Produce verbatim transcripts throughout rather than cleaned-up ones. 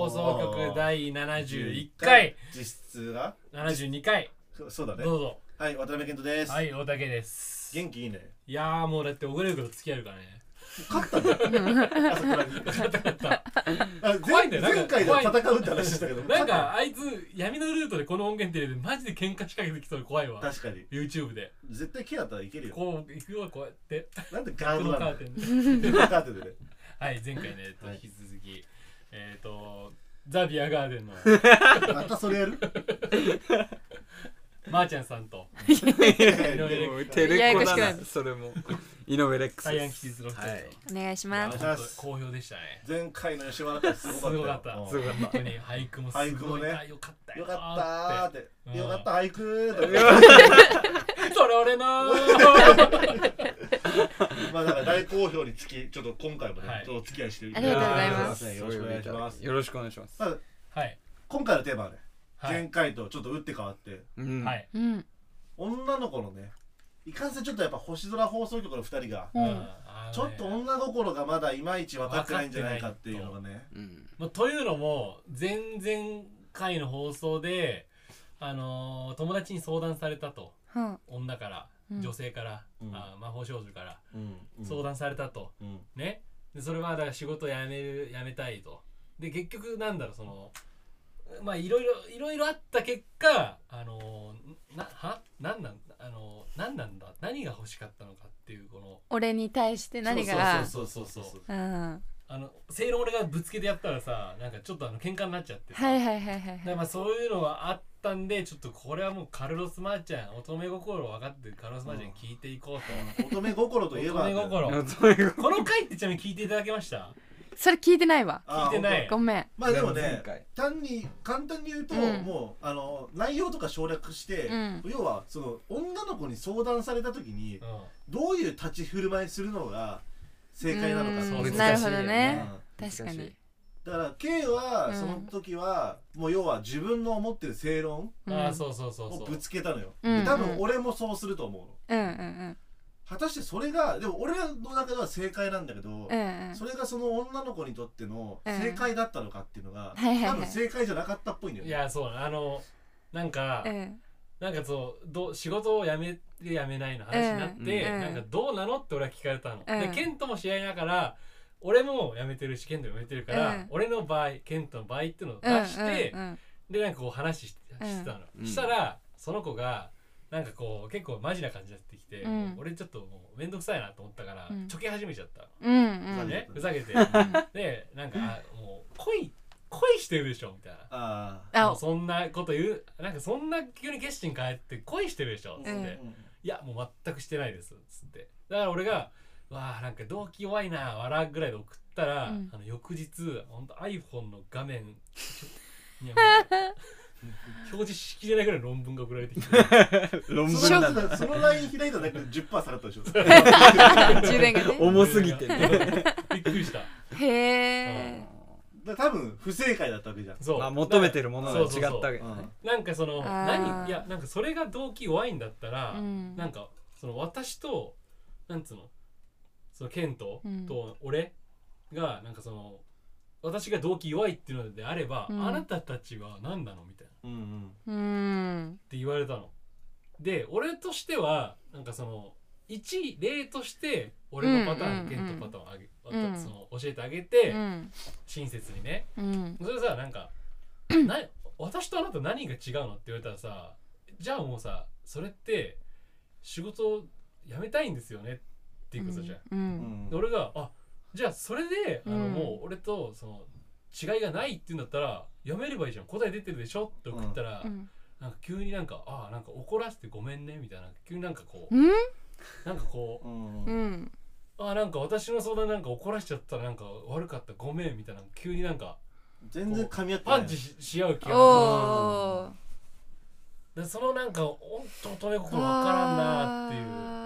送局第ななじゅういっかい、 実質がななじゅうにかい。 そうだね。 どうぞ。 はい、渡辺健人です。 はい、大竹です。 元気いいね。 いやーもうだって小倉優子と付き合えるからね。 勝ったんだよ。朝倉に勝った勝った。 怖いんだよ。前回で戦うって話したけど。 なんかあいつ闇のルートでこの音源テレビでマジで喧嘩仕掛けてきそうで怖いわ。 確かに。 YouTube で。 絶対木だったらいけるよ。 こう行くよこうやって。 なんでガードなの？ カーテンで。 カーテンでね。 はい、前回ね引き続きえっとザ・ビアガーデンのまたそれやる？ マーちゃんさんと井上レックステレコだなそれも井上レックスサイアンキティズロックスお願いします。 好評でしたね。 前回の吉原すごかった。 すごかった。本当に俳句もすごいよかったよ。 よかったってよかった俳句それ俺のまあだから大好評につきちょっと今回もねお付き合いしてる。 ありがとうございます。 よろしくお願いします。 よろしくお願いします。 はい今回のテーマはね前回とちょっと打って変わってはい女の子のねいかんせんちょっとやっぱ星空放送局のふたりがちょっと女心がまだいまいち分かってないんじゃないかっていうのがね。 というのも前々回の放送であの友達に相談されたと女から女性から魔法少女から相談されたとね。それはだから仕事辞める辞めたいと。で結局なんだろうそのまあいろいろいろいろあった結果あのなはなんなんあのなんなんだ何が欲しかったのかっていうこの俺に対して何がそうそうそうそううん、 あの正論俺がぶつけてやったらさなんかちょっとあの喧嘩になっちゃってさはいはいはいはい、はい、 だからまあそういうのがあったんでちょっとこれはもうカルロス・マーちゃん乙女心分かってるカルロス・マーちゃんに聞いていこうと、 乙女心といえば乙女心この回ってちなみに聞いていただけました？ それ聞いてないわ。 聞いてない。 ごめん。 まあでもね、単に簡単に言うと、うん、もうあの内容とか省略して、うん、要はその女の子に相談された時に、うん、どういう立ち振る舞いするのが正解なのか。 そうなるほどね。確かに。 だから K はその時は、うん、もう要は自分の思ってる正論をぶつけたのよ。うん、多分俺もそうすると思うの。うんうんうん果たしてそれがでも俺の中では正解なんだけど、うんうん、それがその女の子にとっての正解だったのかっていうのが、うん、多分正解じゃなかったっぽいんだよね。 いやそうあのなんか、うん、なんかそうど仕事を辞める辞めないの話になって、うん、なんかどうなのって俺は聞かれたの。うん、でケントも試合だから俺も辞めてるしケントも辞めてるから、うん、俺の場合ケントの場合っていうのを出して、うんうんうん、でなんかこう話してたの。うん、したらその子がなんかこう結構マジな感じになってきて、うん、俺ちょっともうめんどくさいなと思ったから、うん、ちょけ始めちゃった、うんうんね、ふざけてでなんかもう恋恋してるでしょみたいなあそんなこと言うなんかそんな急に決心変えて恋してるでしょつって、うん、いやもう全くしてないですつってだから俺がわあなんか動機弱いな笑うぐらいで送ったら、うん、あの翌日ほんと iPhone の画面いや表示しきれないぐらい論文が送られてきて論文なんだそのライン開いただけで じゅっパーセント 下がったでしょ充電がね重すぎてねびっくりした。 へえ多分不正解だったわけじゃん。 そう、まあ、求めてるものが違ったわけね。 なんかその何いやなんかそれが動機弱いんだったら、うん、なんかその私となんつうのそのケントと俺がなんかその私が動機弱いっていうのであれば、うん、あなたたちは何なのみたいな、うんうん、って言われたの。で俺としてはなんかその一例として俺のパターン、うんうんうん、ケントパターンをあげ、うん、その教えてあげて、うん、親切にね、うん、それさなんかな私とあなた何が違うのって言われたらさじゃあもうさそれって仕事を辞めたいんですよねっていうことじゃん、うんうん、で俺があじゃあそれで、うん、あのもう俺とその違いがないっていうんだったらやめればいいじゃん答え出てるでしょって送ったら、うん、なんか急になんかあなんか怒らせてごめんねみたいな急になんかこう、うん、なんかこう、うん、あなんか私の相談なんか怒らせちゃったらなんか悪かったごめんみたいな急になんか全然噛み合ってないパンチ し, し合う気がでそのなんか本当乙女心わからんなっていう。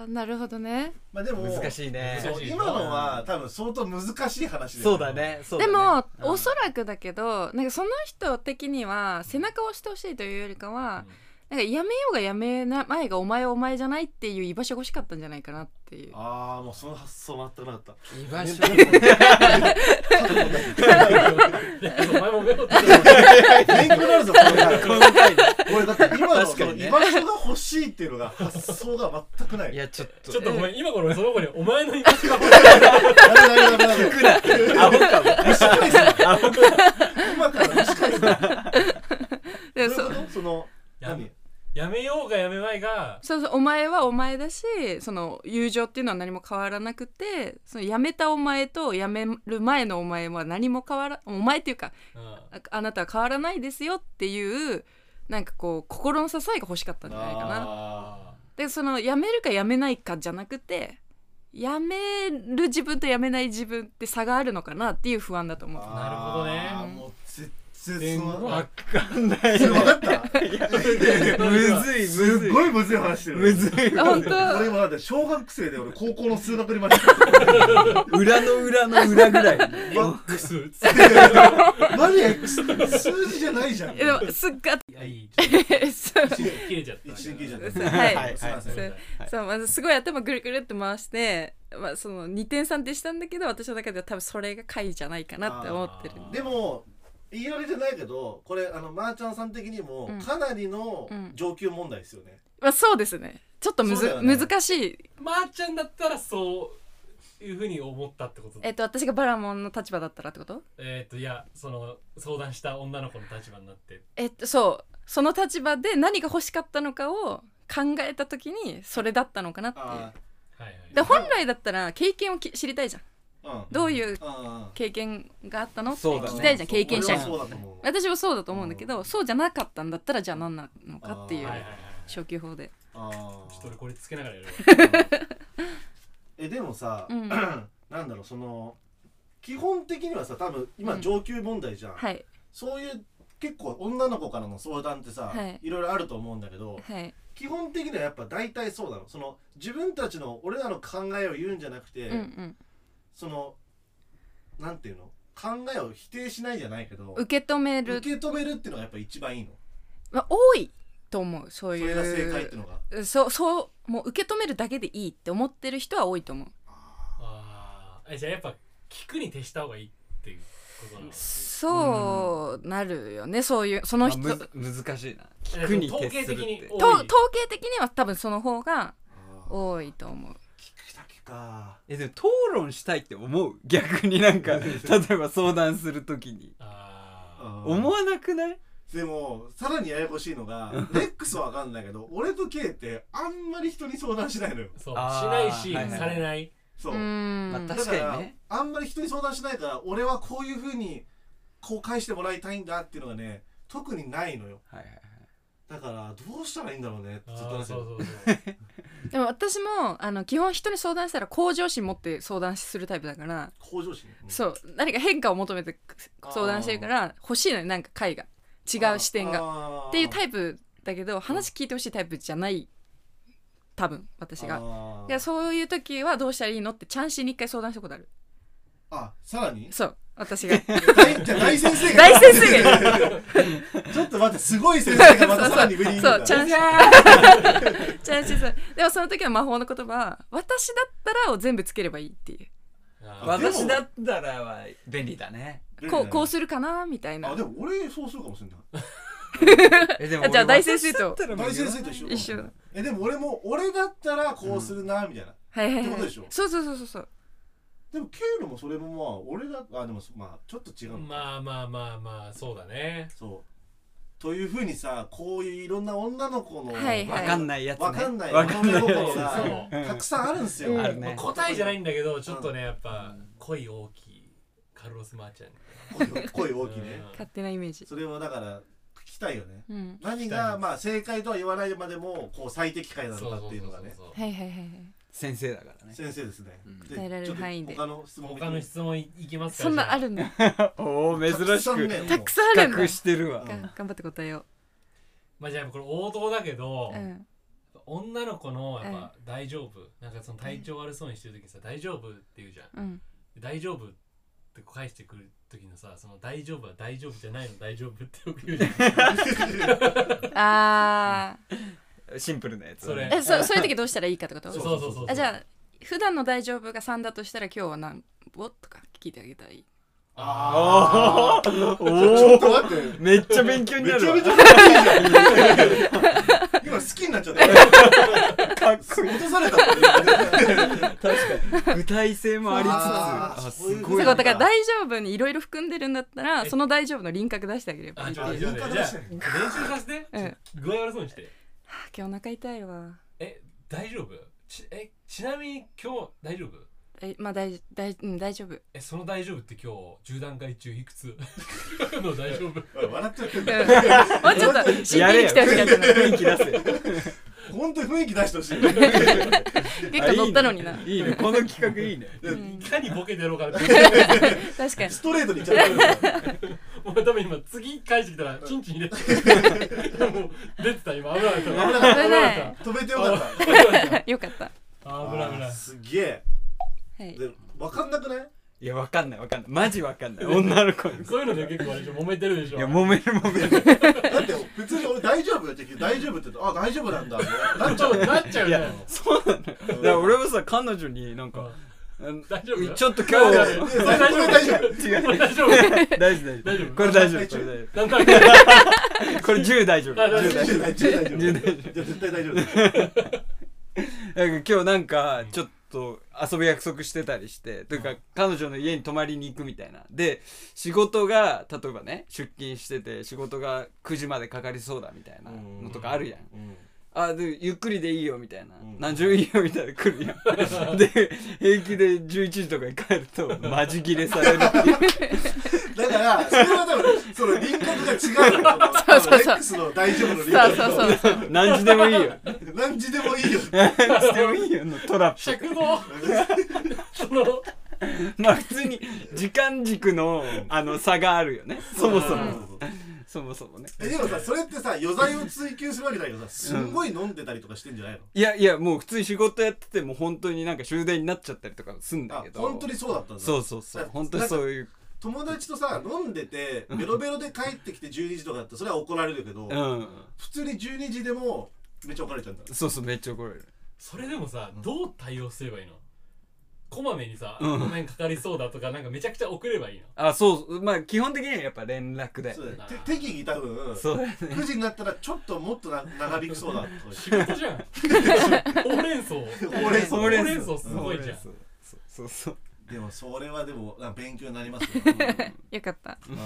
なるほどね。 まあでも難しいね。 今のは多分相当難しい話で。 そうだね。そうだねでも、うん、おそらくだけどなんかその人的には背中を押してほしいというよりかは、うん、なんかやめようがやめない前がお前はお前じゃないっていう居場所が欲しかったんじゃないかなっていう。 ああもうその発想全くなかった。 居場所。 お前もメモって勉強になるぞこれ。俺だって今のその居場所が欲しいっていうのが発想が全くない。 いやちょっとちょっとごめん今頃その子にお前の居場所が欲しい。ダメダメダメダメ。 くらアホかも。 アホか。今から短いな。でそその何？ やめようがやめまいがそうそうお前はお前だしその友情っていうのは何も変わらなくてその辞めたお前と辞める前のお前は何も変わらお前っていうか、うん、あなたは変わらないですよっていうなんかこう心の支えが欲しかったんじゃないかな。でその辞めるか辞めないかじゃなくて辞める自分と辞めない自分って差があるのかなっていう不安だと思う。 なるほどね。 もう全然わかんない。 それ分かった？ むずい、 すっごいむずい話してる。 むずい。 本当。 俺今だって小学生で俺高校の数学に間違えた。 裏の裏の裏ぐらい。 X。 何 X？数字じゃないじゃん。 でもすっごい。 いやいい。切れちゃった。 一瞬切れちゃった。 はいはい。そうまずすごい頭ぐるぐるって回して、まあそのにてんさんってしたんだけど私の中では多分それが回じゃないかなって思ってる。 でも。言い訳じゃないけどこれあのまーちゃんさん的にもかなりの上級問題ですよね、 うんうん、そうですねちょっとむず、ね、難しい。 まーちゃんだったらそういうふうに思ったってことえっと私がバラモンの立場だったらってこと？ えっといやその相談した女の子の立場になってえっとそうその立場で何が欲しかったのかを考えた時にそれだったのかなっていう、はいはい、で本来だったら経験を知りたいじゃんどういう経験があったのって聞きたいじゃん、経験者に。私はそうだと思うんだけど、そうじゃなかったんだったらじゃあ何なのかっていう消去法で。 ああ、ちょっと俺これつけながらやるわ。 えでもさ、なんだろうその基本的にはさ多分今上級問題じゃん。そういう結構女の子からの相談ってさ、いろいろあると思うんだけど、基本的にはやっぱ大体そうなの。その自分たちの俺らの考えを言うんじゃなくて。そのなんていうの考えを否定しないじゃないけど受け止める受け止めるっていうのがやっぱ一番いいの、 まあ、多いと思うそういうそれが正解っていうのがそうそうもう受け止めるだけでいいって思ってる人は多いと思う。 ああじゃあやっぱ聞くに徹した方がいいっていうことなの？ そうなるよねそういうその人、まあ、 難しいな聞くに徹するって統計的には多分その方が多いと思う。 かえでも討論したいって思う逆になんか例えば相談するときにあ思わなくない？ でもさらにややこしいのがレックスは分かんないけど俺と K ってあんまり人に相談しないのよ。 そうしないし、はいはい、されないそううん、 まあ、確かにねあんまり人に相談しないから俺はこういう風にこう返してもらいたいんだっていうのがね特にないのよ、はいはいはい、だからどうしたらいいんだろうねってずっとそうそうそうでも私もあの基本人に相談したら向上心持って相談するタイプだから向上心、 うん、そう何か変化を求めて相談してるから欲しいのになんか解が違う視点がっていうタイプだけど話聞いてほしいタイプじゃない多分私がいやそういう時はどうしたらいいのってチャンシーに一回相談したことある。 あさらにそう私がじゃ大先生が大先生がちょっと待ってすごい先生がまたさらに上にいるんだ。 そうチャンシーチャンシーそうでもその時の魔法の言葉は私だったらを全部つければいいっていう私だったらは便利だねこう、こうするかなみたいな。 あでも俺そうするかもしれないえでもじゃあ大先生と大先生と一緒一緒えでも俺も俺だったらこうするなみたいな、 はいはいはいってことでしょ。 そうそうそうそうでもケイロもそれもまあ俺だあでもまあちょっと違うまあまあまあまあそうだねそうというふうにさこういういろんな女の子の分かんないやつね分かんない乙女心がたくさんあるんですよ、 うんね、答えじゃないんだけどちょっとねやっぱ恋大きいカルロス・マーチャン恋大きいね勝手なイメージそれはだから聞きたいよね、 うん、 何がまあ正解とは言わないまでもこう最適解なのかっていうのがねはいはいはい先生だからね先生ですね、 うん、伝えられる範囲で他の質問他の質問いきますか。 そんなあるんだおお珍しくたくさんあるんだ隠してるわ頑張って答えよう。 まあじゃあこれ王道だけど、 うん、 女の子のやっぱ大丈夫、うん、なんかその体調悪そうにしてる時にさ、うん、大丈夫って言うじゃん、うん、大丈夫って返してくる時のさその大丈夫は大丈夫じゃないの大丈夫ってよく言うじゃんあーシンプルなやつ、 ね、それえそそういう時どうしたらいいかってことそうそうそうそうあじゃあ普段の大丈夫がさんだとしたら今日は何ぼとか聞いてあげたらいい。 ああちょっと待ってめっちゃ勉強になるわ。 めちゃめちゃかっこいいじゃん今好きになっちゃったかっこいい落とされたもんね確かに具体性もありつつああすすごいごいだから大丈夫にいろいろ含んでるんだったらその大丈夫の輪郭出してあげればいい。 じゃあ練習させて、うん、具合悪そうにして、 はあ、今日お腹痛いわ。 え大丈夫ちえちなみに今日大丈夫えまあ大大、うん、大丈夫。 えその大丈夫って今日じゅう段階中いくつの大丈夫笑っちゃってるもうちょっと真剣に来てほしかったな雰囲気出せ本当に雰囲気出してほしい結構乗ったのにな。 いいね、いいねこの企画いいね、 うん、いかにボケてやろうかなって確かにストレートにいっちゃったもう多分今次返してきたらチンチン入れてもう出てた今危なかった危なかった止めてよかったよかった危ない危ないすげえ、はい、で分かんなくない？ いや分かんない分かんないマジ分かんない女の子そういうので結構あれでしょ揉めてるでしょ。 いや揉める揉めるだって普通に俺大丈夫って聞いて大丈夫って言ってあ大丈夫なんだなっちゃうなっちゃうよ。 そうなのよ。だから俺もさ彼女になんか大丈夫ちょっと今日大丈夫大丈夫違う大丈夫大丈夫大丈夫これ大丈夫これ大丈夫これじゅう大丈夫じゅう大丈夫じゅう大丈夫絶対大丈夫なんか今日なんかちょっと遊ぶ約束してたりしてというか彼女の家に泊まりに行くみたいなで仕事が例えばね出勤してて仕事がくじまでかかりそうだみたいなのとかあるやん、うんうんあでゆっくりでいいよみたいな、うん、何十いいよみたいな来るやんで平気でじゅういちじとかに帰るとマジ切れされるっていうだからそれは多分その輪郭が違うのそうそうそう X の大丈夫の輪郭そうそうそうそう何時でもいいよ何時でもいいよ何時でもいいよのトラップ尺のそのまあ普通に時間軸のあの差があるよねそもそもそもそもねえでもさそれってさ余罪を追求するわけだけどさすんごい飲んでたりとかしてんじゃないの、うん、 いやいやもう普通に仕事やってても本当になんか終電になっちゃったりとかすんだけど本当にそうだったんだそうそうそう本当にそういう友達とさ飲んでてベロベロで帰ってきてじゅうにじとかだったらそれは怒られるけど、うん、普通にじゅうにじでもめっちゃ怒られちゃうんだそうそうめっちゃ怒られるそれでもさ、うん、どう対応すればいいのこまめにさ、うん、ごめんかかりそうだとかなんかめちゃくちゃ送ればいいのあそうまあ基本的にはやっぱ連絡でそうだ適宜多分そうだ、ね、くじになったらちょっともっとな長引くそうだと仕事じゃんほうれん草ほうれん草ほうれん草すごいじゃん、うん、そうそうそうでもそれはでも勉強になりますよ、 よかった、 うん、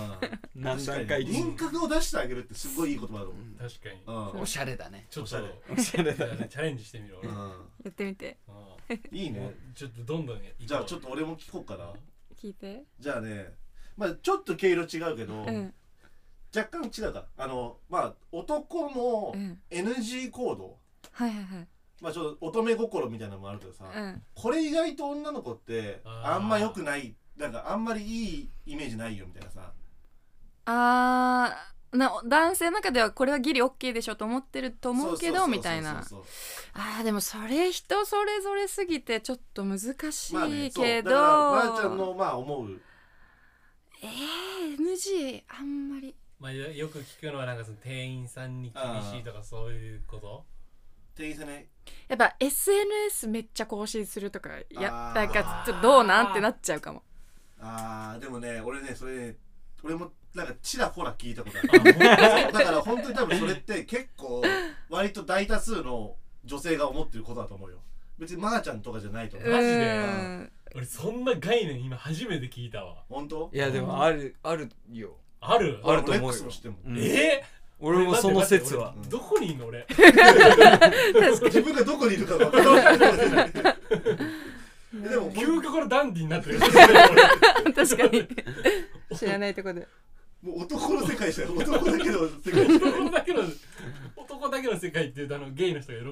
何段階輪郭を出してあげるってすごいいい言葉だと思う、 うん、確かに、 うん、おしゃれだねちょっとおしゃれだねチャレンジしてみろ、うん、 やってみていいねちょっとどんどんねじゃあちょっと俺も聞こうかな聞いてじゃあねまあちょっと毛色違うけど、うん、若干違うかあのまあ男の エヌジー 行動、うん、 はいはいはいまあちょっと乙女心みたいなのもあるけどさ、うん、これ意外と女の子ってあんま良くないなんかあんまりいいイメージないよみたいなさあーな男性の中ではこれはギリ OK でしょと思ってると思うけどみたいなあーでもそれ人それぞれすぎてちょっと難しいけど、 まあね、ばあちゃんのまあ思うえー、エヌジー あんまりまあよく聞くのはなんかその店員さんに厳しいとかそういうこと店員さんねやっぱ エスエヌエス めっちゃ更新するとかやなんかちょっとどうなんってなっちゃうかもあーでもね俺ねそれね俺もなんかちらほら聞いたことあるだから本当に多分それって結構割と大多数の女性が思ってることだと思うよ別にまーちゃんとかじゃないと思うマジで俺そんな概念今初めて聞いたわ本当いやでもあるあるよあるあると思うようん、えー俺もその説はどこにいんの俺自分がどこにいるか分からないでも究極のダンディーになってる確かに知らないとこでもう男の世界じゃん男だけの世界男だけの男だけの世界って言うとあのゲイの人が喜ぶ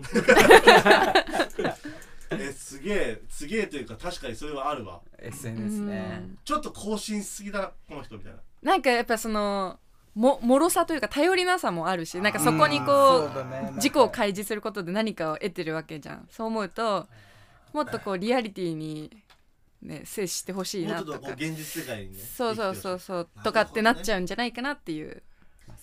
えすげえすげえというか確かにそれはあるわエスエヌエス ねちょっと更新しすぎだなこの人みたいななんかやっぱそのも脆さというか頼りなさもあるしなんかそこにこう、ね、自己を開示することで何かを得てるわけじゃんそう思うともっとこうリアリティに、ね、接してほしいなとかもうちょっとこう現実世界にねそうそうそうそうとかってなっちゃうんじゃないかなっていう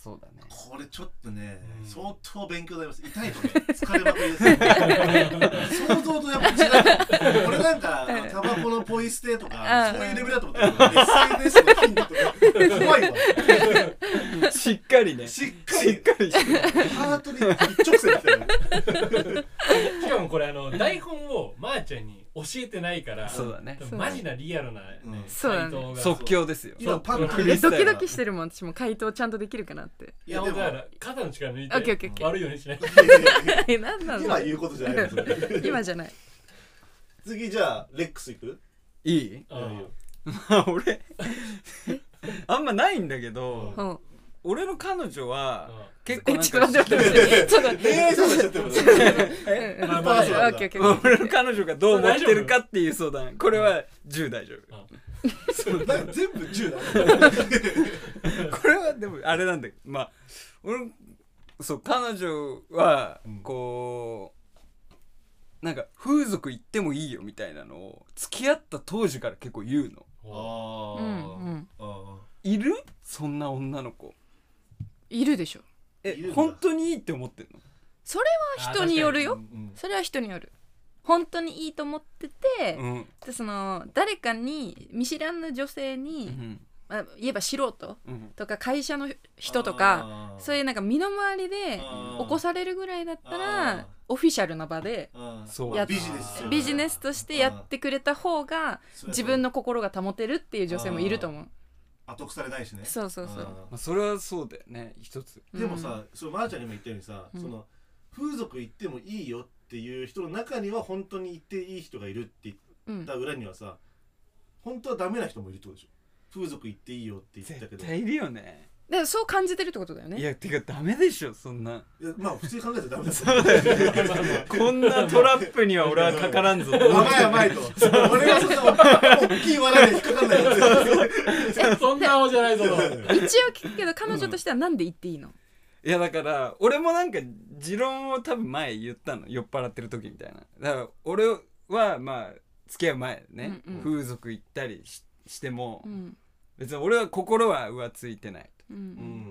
そうだね。 これちょっとね、うん、相当勉強になります。痛いとね疲れまくりです想像とやっぱ違う。俺なんかタバコのポイ捨てとかそういうレベルだと思ったけど エスエヌエス の頻度とか怖いわ。 しっかりねしっかりしっかりハートに一直線来たよね。 しかもこれあの台本をまーちゃんに教えてないから、 そうだね、 マジなリアルな、ね、 うん、回答が即興ですよ。 今パンドキドキしてるもん。私も回答ちゃんとできるかなって。 いやだから肩の力抜いてオッケーオッケーオッケー悪いようにしない。 え、なんなの今言うことじゃないですよ。 今じゃない。 次じゃあレックスいく？ いい？まあ俺あんまないんだけど、うん、俺の彼女は結構なんかちょっと待ってちょっと待ってえー、そうなっちゃってる。え、まあまあ俺の彼女がどう思ってるかっていう相談。これはじゅう大丈夫。 全部じゅうだ。 これはでもあれなんだけど、まあ俺そう彼女はこうなんか風俗行ってもいいよみたいなのを付き合った当時から結構言うの。 あうんうん、 あいる？そんな女の子いるでしょ。 え、本当にいいって思ってんの？ それは人によるよ。それは人による。本当にいいと思ってて、うん、でその誰かに見知らぬ女性に、うんまあ、言えば素人とか会社の人とか、うん、そういうなんか身の回りで起こされるぐらいだったらオフィシャルな場でやっビジネスビジネスとしてやってくれた方が自分の心が保てるっていう女性もいると思う。 後腐れないしね。 そうそうそう。 まあ、それはそうだよね一つ。 でもさ、うん、そのまーちゃんにも言ったようにさ、うん、その風俗行ってもいいよっていう人の中には本当に行っていい人がいるって言った裏にはさ、うん、本当はダメな人もいるってことでしょ。風俗行っていいよって言ったけど絶対いるよね。 だからそう感じてるってことだよね。 いやてかダメでしょそんな。 いやまあ普通に考えたらダメだ。 そうだよね。こんなトラップには俺はかからんぞ。 甘い甘いと。俺はそんな大きい罠で引っかかんないよ。 そんな青じゃないぞと。 一応聞くけど彼女としてはなんで言っていいの？ いやだから俺もなんか持論を多分前言ったの、酔っ払ってる時みたいな。だから俺はまあ付き合う前ね、うんうん、風俗行ったり し, しても、うん、別に俺は心は浮ついてない、うんうん、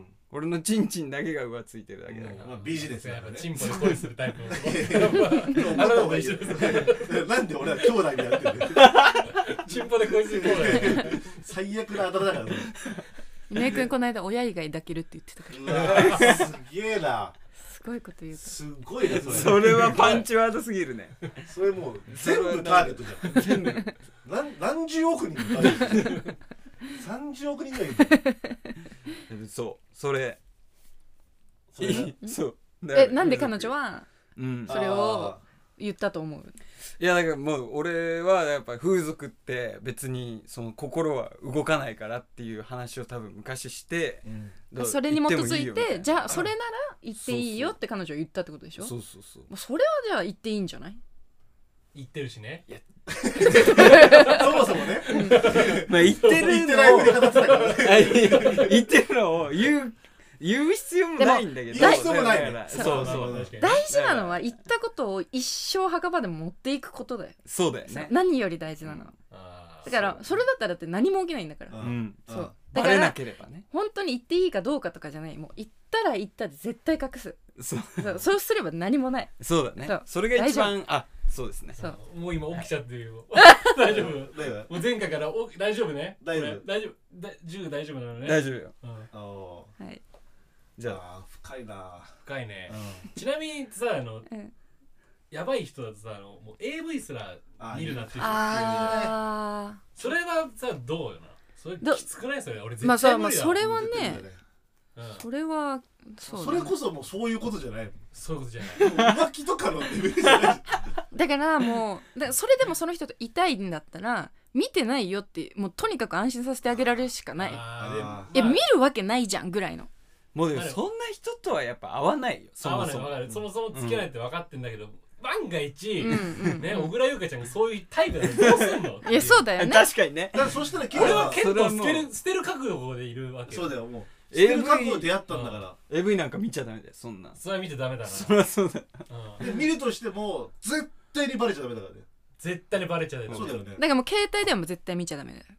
俺のチンチンだけが浮ついてるだけだから、うんまあ、ビジネスやからね。チンポで恋するタイプのあなたも一緒ですなんで俺は兄弟でやってるチンポで恋する兄弟最悪なあだ名だからね。 ねえくんこの間親以外抱けるって言ってたから。すげえな。 すごいこと言うと。 すごいねそれ。 それはパンチワードすぎるね。 それもう全部ターゲットじゃん。全部。何何十億人のターゲット。三十億人ぐらいいる。 そうそれ。 それそう。 えなんで彼女はそれを言ったと思う？ いやだからもう俺はやっぱ風俗って別にその心は動かないからっていう話を多分昔して、 うん、それに基づいてじゃあそれなら言っていいよって彼女は言ったってことでしょ。 そうそうそう。 それはじゃあ言っていいんじゃない？ 言ってるしね。いやそもそもね、 うん、まあ言ってるのを言ってるのを言う言う必要もないんだけど。 言う必要もない。 そうそうそう。 大事なのは言ったことを一生墓場でも持っていくことだよ。 そうだよね。 何より大事なのは。だからそれだったらって何も起きないんだから。 うん。 そう。 だから本当に言っていいかどうかとかじゃない。もう言ったら言ったで絶対隠す。 そう。 そうすれば何もない。 そうだね。それが一番あ。そうですね。 もう今起きちゃってるよ。大丈夫。もう前回からお大丈夫ね。 大丈夫。 大丈夫。銃大丈夫なのね。 大丈夫よ。 はい。 じゃあ深いな。 深いね。ちなみにさあのやばい人だとさあのもう エーブイ すら見るなっていう人いるじゃない。それはさどうよな。それきつくないそれ。俺絶対無理だ。 まあそれはね。それはそれこそもうそういうことじゃない。 そういうことじゃない。 浮気とかのレベルじゃない。 だからもうだからそれでもその人といたいんだったら見てないよってもうとにかく安心させてあげられるしかない。いや見るわけないじゃんぐらいの。 もうでもそんな人とはやっぱ合わないよ。 合わないわかる。そもそも付き合ないって分かってんだけど、万が一ね小倉優香ちゃんがそういうタイプだとどうすんの？ いやそうだよね。 確かにね。 だからそしたら俺はケントを捨てる捨てる覚悟でいるわけ。 そうだよもう。捨てる覚悟で出会ったんだから。 エーブイ なんか見ちゃダメだよそんな。 それは見てダメだな。 そりゃそうだ。 見るとしても絶対にバレちゃダメだからね。 絶対にバレちゃダメ。 そうだよね。 だからもう携帯ではもう絶対見ちゃダメだよ。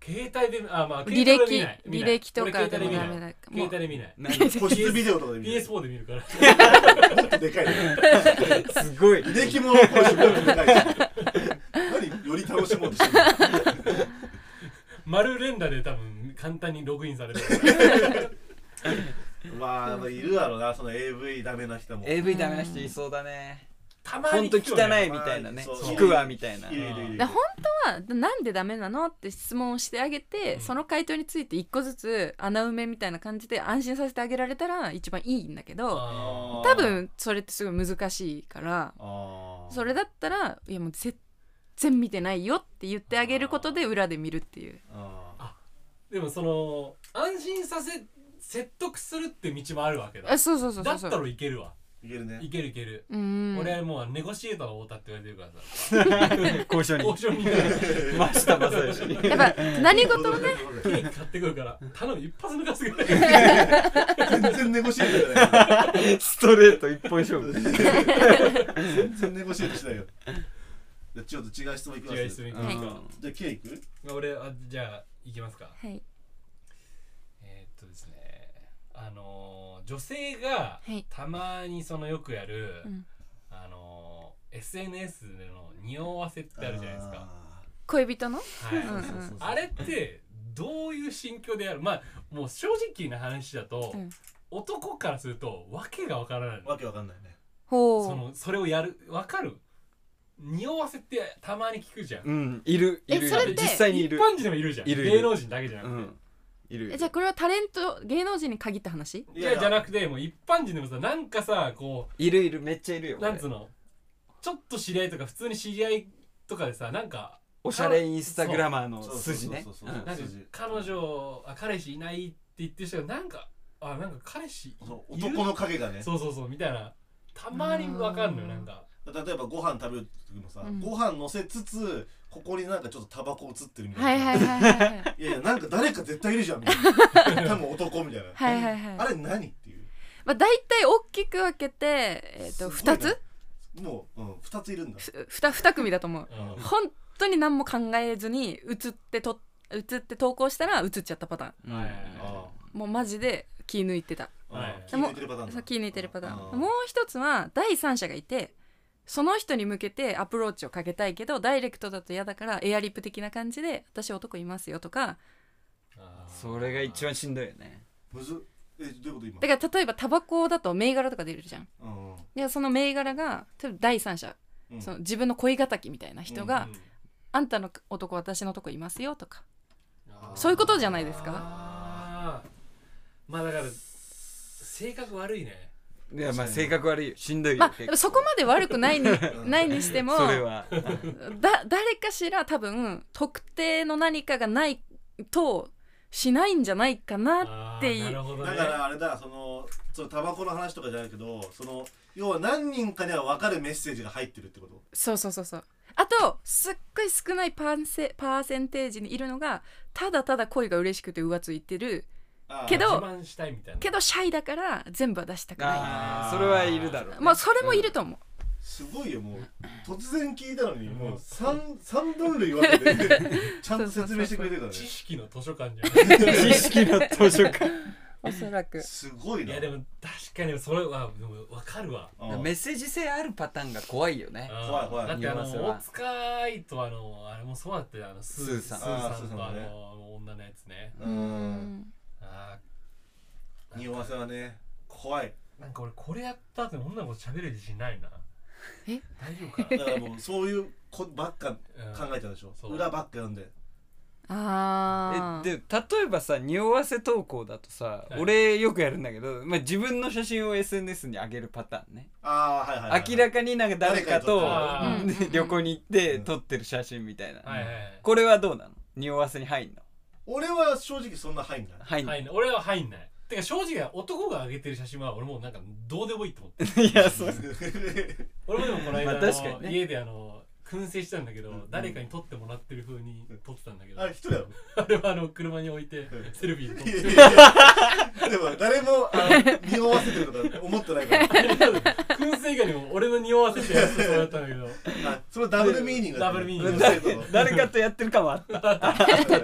携帯であまあ履歴履歴とかでもダメだか携帯で見ない個室ビデオとかで見るピーエスフォー で見るからもっとでかいねすごい履歴もこれすごいでかいし何より楽しもうとしてる丸連打で多分簡単にログインされるまあいるだろうなその エーブイ ダメな人もエーブイ ダメな人いそうだねたまにほんと汚いみたいなね聞くわみたいな本当はなんでダメなのって質問をしてあげて、うん、その回答について一個ずつ穴埋めみたいな感じで安心させてあげられたら一番いいんだけど多分それってすごい難しいからそれだったらいやもう全然見てないよって言ってあげることで裏で見るっていうあでもその安心させ説得するって道もあるわけだあそうそうそうそうだったらいけるわいけるねいけるいけるうん俺はもうネゴシエーターの太田って言われてるからさ交渉に交渉に真下正義やっぱ何事もねケーキ買ってくるから頼む一発抜かすぐらい全然ネゴシエートじゃないストレート一本勝負全然ネゴシエートしないよじゃあちょっと違う質問いきます違う質問いきますか、 はい、じゃあ K いく俺あじゃあいきますかはいえー、っとですねあのー、女性がたまにそのよくやる、はい、あのー、エスエヌエス での匂わせってあるじゃないですか恋人の、はいうんうん、あれってどういう心境でやるまあもう正直な話だと、うん、男からするとわけがわからないわけわかんないねほうそのそれをやるわかる匂わせってたまに聞くじゃんうんいるいるえそれって実際にいる一般人でもいるじゃんいるいる芸能人だけじゃなくて、うんいるえじゃあこれはタレント芸能人に限った話いやじゃなくてもう一般人でもさなんかさこういるいるめっちゃいるよなんつうのちょっと知り合いとか普通に知り合いとかでさなんかおしゃれインスタグラマーの筋ね彼女あ彼氏いないって言ってる人がなんかあなんか彼氏いる男の影がねそうそうそうみたいなたまにわかんのよなんか例えばご飯食べる時もさ、うん、ご飯乗せつつここになんかちょっとタバコ映ってるみたいな、 はいはいはいはい、 いやいやなんか誰か絶対いるじゃんみたいな多分男みたいなはいはい、はい、 あれ何っていう、 まあ、大体大きく分けて、えー、とふたつもう、うん、ふたついるんだ 2, 組だと思う、うん、本当に何も考えずに映ってと映って投稿したら映っちゃったパターン、はい、もうマジで気抜いてた、 はい、気抜いてるパターン気抜いてるパターンもう一つは第三者がいてその人に向けてアプローチをかけたいけどダイレクトだと嫌だからエアリップ的な感じで私男いますよとかそれが一番しんどいよねむずえどういうこと今だから例えばタバコだと銘柄とか出るじゃん、うん、でその銘柄が例えば第三者、うん、その自分の恋敵みたいな人が、うんうん、あんたの男私のとこいますよとかそういうことじゃないですかあまあだから性格悪いねいやまあ性格悪いよしんどいよ、 まあ、そこまで悪くないにないにしてもそれはだ誰かしら多分特定の何かがないとしないんじゃないかなっていう、 ね、だからあれだそのそのタバコの話とかじゃないけどその要は何人かには分かるメッセージが入ってるってことそうそうそうそうあとすっごい少ないパーセ、パーセンテージにいるのがただただ恋が嬉しくて浮ついてるけど自慢したいみたいなけどシャイだから全部は出したくないあそれはいるだろう、ね、 まあそれもいると思う、うん、 すごいよもう突然聞いたのにもう 3, 三分類分けてちゃんと説明してくれてるからね知識の図書館じゃん知識の図書館おそらくすごいな。 いやでも確かにそれはでも分かるわ。 メッセージ性あるパターンが怖いよね。 怖い怖い。 だってあの大塚愛とあのあれもそうだってあのスーさんスーさんとあの女のやつね。うん。 ああ。匂わせはね怖い。 なんか俺これやった後に女の子喋る自信ないな。 え大丈夫か。 だからもうそういう子ばっか考えちゃうでしょ。裏ばっか読んで。 あえで例えばさ匂わせ投稿だとさ、はい、俺よくやるんだけど、まあ、自分の写真を エスエヌエス に上げるパターンね。 あ、はいはいはい、 明らかになんか誰かと旅行に行って撮ってる写真みたいな、うんはいはい、これはどうなの？匂わせに入んの？ 俺は正直そんな入んない。 入んない。 俺は入んない。てか正直男が上げてる写真は俺もうなんかどうでもいいと思っていやそう俺もでもこの間、まあ確かにね、家であの燻製したんだけど、うん、誰かに撮ってもらってる風に撮ってたんだけど、 あれ一人だろあれはあの車に置いてセルフィーで撮ってでも誰もあの匂わせてるとか思ってないから燻製以外にも俺の匂わせてやつそうだったんだけどあそのダブルミーニングダブルミーニング誰かとやってるかもあった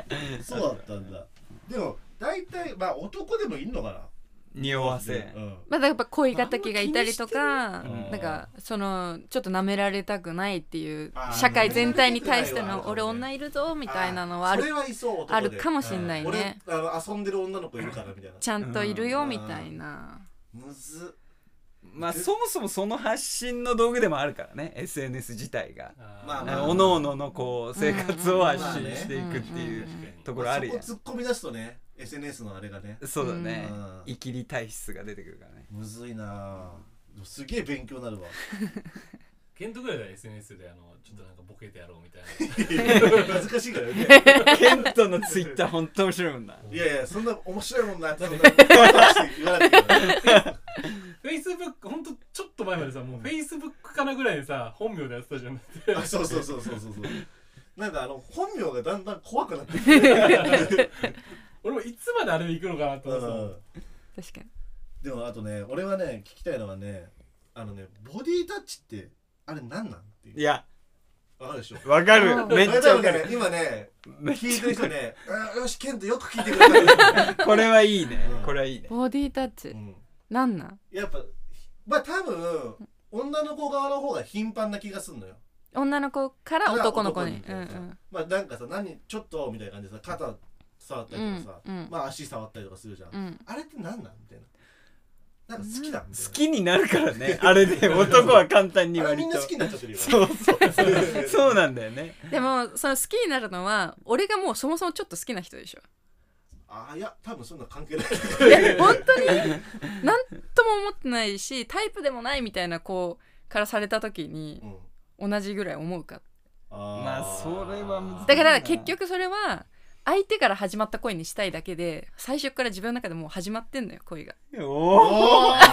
そうだったんだ。でも大体まあ男でもいんのかな、 匂わせ、 うん、まあやっぱ恋敵がいたりとか、なんかそのちょっと舐められたくないっていう社会全体に対しての俺女いるぞみたいなのはある、あるかもしんないね。 俺あの遊んでる女の子いるからみたいな、 ちゃんといるよみたいな。 むずっ。 まあそもそもその発信の道具でもあるからね エスエヌエス 自体が、 まあまあ、おのおののこう生活を発信していくっていうところあるやん、 まあ、そこ突っ込み出すとね エスエヌエス のあれがね、 そうだね、イキリ体質が出てくるからね。 むずいな、すげえ勉強になるわ。 ケントぐらいだ エスエヌエス であのちょっとなんかボケてやろうみたいな恥ずかしいからね。 ケントのツイッター本当面白いもんな。 いやいやそんな面白いもんなってそんな言わなくてフェイスブックほんとちょっと前までさもうフェイスブックかなぐらいでさ本名でやってたじゃん。 あそうそうそうそうそうそうなんかあの本名がだんだん怖くなってきて俺もいつまであれで行くのかなと思って、うん、 確かに。 でもあとね俺はね聞きたいのはねあのねボディタッチってあれ何なんっていう。 いやわかるでしょ。 わかる。めっちゃわかる。 今ね聞いてる人ねよしケントよく聞いてくれた。 これはいいね、うん、これはいいね。 ボディタッチ、うん、なんなんやっぱまあ多分女の子側の方が頻繁な気がするのよ。 女の子から男の子に。うんうん、 まあなんかさ何ちょっとみたいな感じでさ肩触ったりとかさ、うんうん、まあ足触ったりとかするじゃん、うん、あれって何なんみたいな。なんか好きだみたいな。 好きになるからねあれで男は簡単に割とみんな好きになっちゃってるよ。 そうそうそうそうなんだよね。 でもその好きになるのは俺がもうそもそもちょっと好きな人でしょ。 あいや多分そんな関係ない。 いや本当に何とも思ってないしタイプでもないみたいな子からされた時に、うん、同じぐらい思うか。 あまあそれは難しい。 だから結局それは相手から始まった恋にしたいだけで最初から自分の中でもう始まってんのよ恋が。 おお待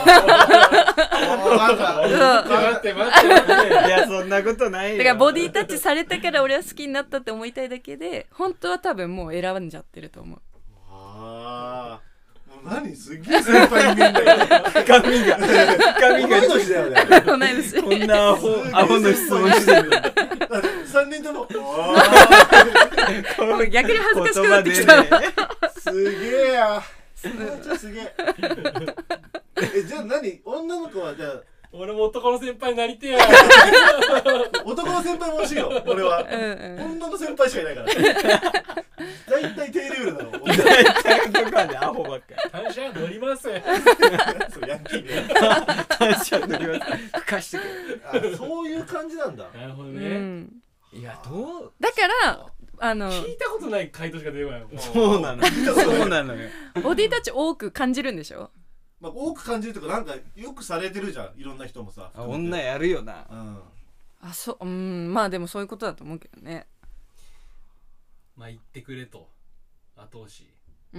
って待っていやそんなことないよ。 だからボディタッチされたから俺は好きになったって思いたいだけで本当は多分もう選んじゃってると思う。 ああ何すげえ先輩に見えんだよ。 深みが深みが同い年だよね。 同い年。 こんなアホアホの質問してる。 三人とも逆に恥ずかしくなってきた。 すげえや。すげえ。えじゃあ何女の子はじゃあ俺も男の先輩になりてえや。 男の先輩も欲しいよ俺は、うんうん、女の先輩しかいないからだいたい低レベルなの。 だいたいとかでアホばっかり。 単車乗ります。そうヤンキーね。 単車乗ります。ふかしてくる。そういう感じなんだ。 なるほどね、 うん、 いやどうだからあの聞いたことない回答しか出てこない。 そうなのそうなのよ。 ボディタッチ多く感じるんでしょ。 まあ、多く感じるとかなんかよくされてるじゃんいろんな人もさ。 女やるよな、 うん、 あそううんまあでもそういうことだと思うけどね。 まあ言ってくれと後押し、 うん、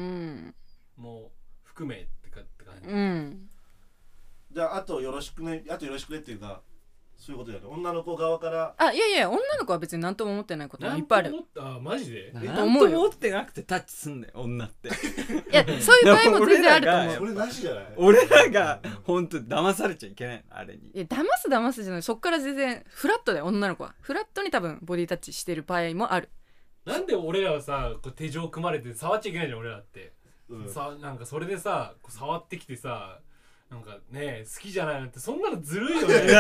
もう含めってかって感じ、 うん、 じゃああとよろしくねあとよろしくねっていうかそういうことやね女の子側から。 あいやいや女の子は別に何とも思ってないこともいっぱいある。 あマジで何とも思ってなくてタッチすんだよ女って。いやそういう場合も全然あると思う。 それなしじゃない。 俺らが本当騙されちゃいけないのあれに。 いや騙す騙すじゃない。そっから全然フラットだよ女の子は。フラットに多分ボディタッチしてる場合もある。 なんで俺らはさこう手錠組まれて触っちゃいけないじゃん俺らって、うん、さなんかそれでさこう触ってきてさなんかね好きじゃないなんてそんなのずるいよね。で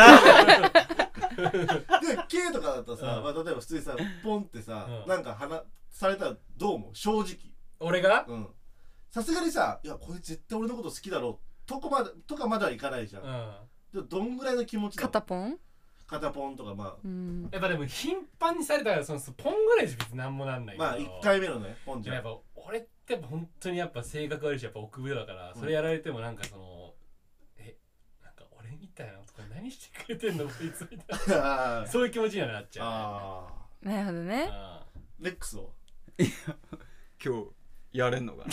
K とかだとさ、うんまあ、例えば普通にさポンってさ、うん、なんか話されたらどう思う正直。 俺がさすがにさいやこれ絶対俺のこと好きだろうとこまでとかまではいかないじゃん、うん、どんぐらいの気持ちだ。 肩ポン肩ポンとかまあ、 うん、 やっぱでも頻繁にされたらそのポンぐらいじゃ別になんもなんないけど、 まあいっかいめのねポンじゃん。 やっぱ俺ってやっぱ本当にやっぱ性格悪いしやっぱ奥上だから、うん、それやられてもなんかそのえなんか俺みたいなとか何してくれてんのこいつみたいなそういう気持ちにはなっちゃう、ね、 あなるほどね。 レックスを今日やれんのかな。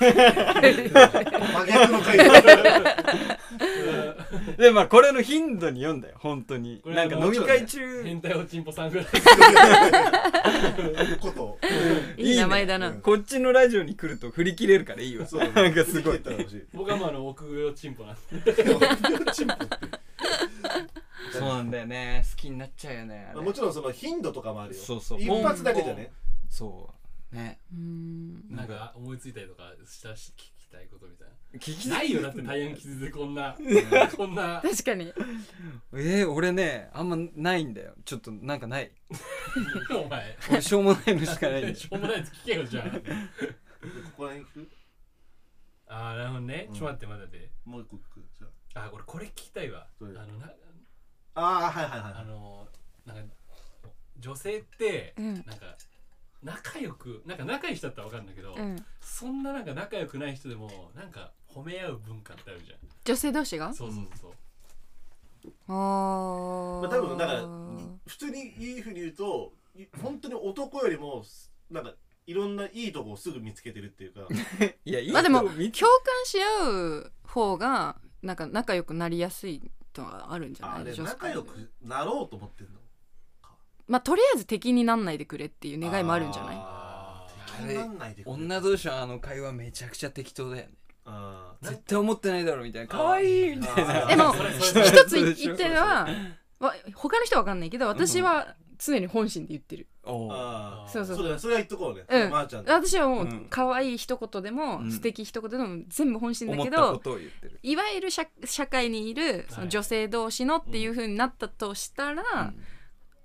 真逆の回答。 でまあこれの頻度に読んだよ本当に。なんか飲み会中変態おちんぽさんぐらいこといい名前だな、 ね、こっちのラジオに来ると振り切れるからいいわ。そうなんかすごい僕はまあの奥上おちんぽなんでそうなんだよね好きになっちゃうよね。 もちろんその頻度とかもあるよ。 そうそう一発だけじゃね。 そうね、 うん、 なんか思いついたりとかしたし聞きたいことみたいな聞きないよ。だって大変傷でこんなこんな確かにえー、俺ねあんまないんだよ。ちょっとなんかないお前俺しょうもないのしかないんだしょうもないやつ聞けよじゃあここら辺聞くあーなるほどね、うん、ちょっと待ってまだでもう一個聞くじゃああこれこれ聞きたいわ。あのなあはいはいはいあのなんか女性って、 うん、 なんか仲良くなんか仲いい人だったら分かるんだけど、 うん、 そんななんか仲良くない人でもなんか褒め合う文化ってあるじゃん。 女性同士がそうそうそう、 うん、あ、 まあ多分だから普通にいいふうに言うと本当に男よりもなんかいろんないいとこをすぐ見つけてるっていうかいやいいまあでも共感し合う方がなんか仲良くなりやすいとはあるんじゃない？ あれ仲良くなろうと思ってんのか。 まあとりあえず敵になんないでくれっていう願いもあるんじゃない？ あ敵になんないでくれ。 女同士のあの会話めちゃくちゃ適当だよね。 あ絶対思ってないだろみたいな可愛いみたいな。 でも一つ言ってるのは他の人は分かんないけど私は常に本心で言ってる。 あそうそうそうだそれは言っとこうね、 うん、 まーちゃん私はもう可愛い一言でも、うん、素敵一言でも全部本心だけど、いわゆる 社, 社会にいるその女性同士のっていう風になったとしたら、はい、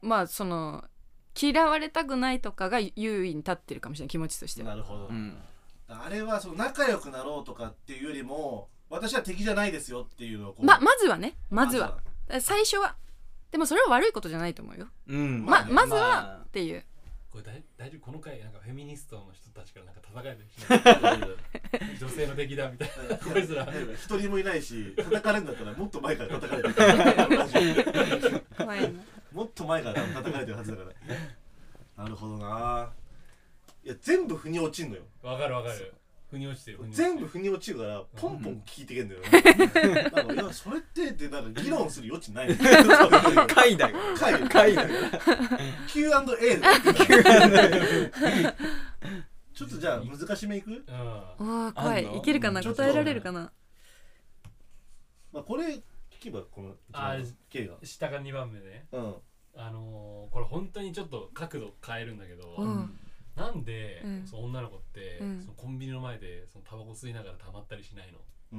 まあその嫌われたくないとかが優位に立ってるかもしれない気持ちとしては。 なるほど、 うん、 あれはその仲良くなろうとかっていうよりも私は敵じゃないですよっていうのをこう、 ま, まずはねまずは最初はでもそれは悪いことじゃないと思うよ、 うんま, まずはっていう、 これ大, 大丈夫この回なんかフェミニストの人たちからなんか叩かれてる女性の敵だみたいなこいつら一人もいないし叩かれるんだったらもっと前から叩かれてる怖いなもっと前から叩かれてるはずだからなるほどないや全部腑に落ちんのよ。 わかるわかる腑に落ちてる全部腑に落ちるからポンポン聞いてけんだよね、うん、なんかいやそれってってなんか議論する余地ない回だよ回回だよキューアンドエー でちょっとじゃあ難しめいく、うん、 お怖いいけるかな答えられるかな、 まあ、これ聞けばこのあ Kが下がにばんめね、 うん、 あのー、これ本当にちょっと角度変えるんだけど、 うんなんで、 うん、 その女の子って、 うん、 そのコンビニの前でそのタバコ吸いながら溜まったりしないの、 うん、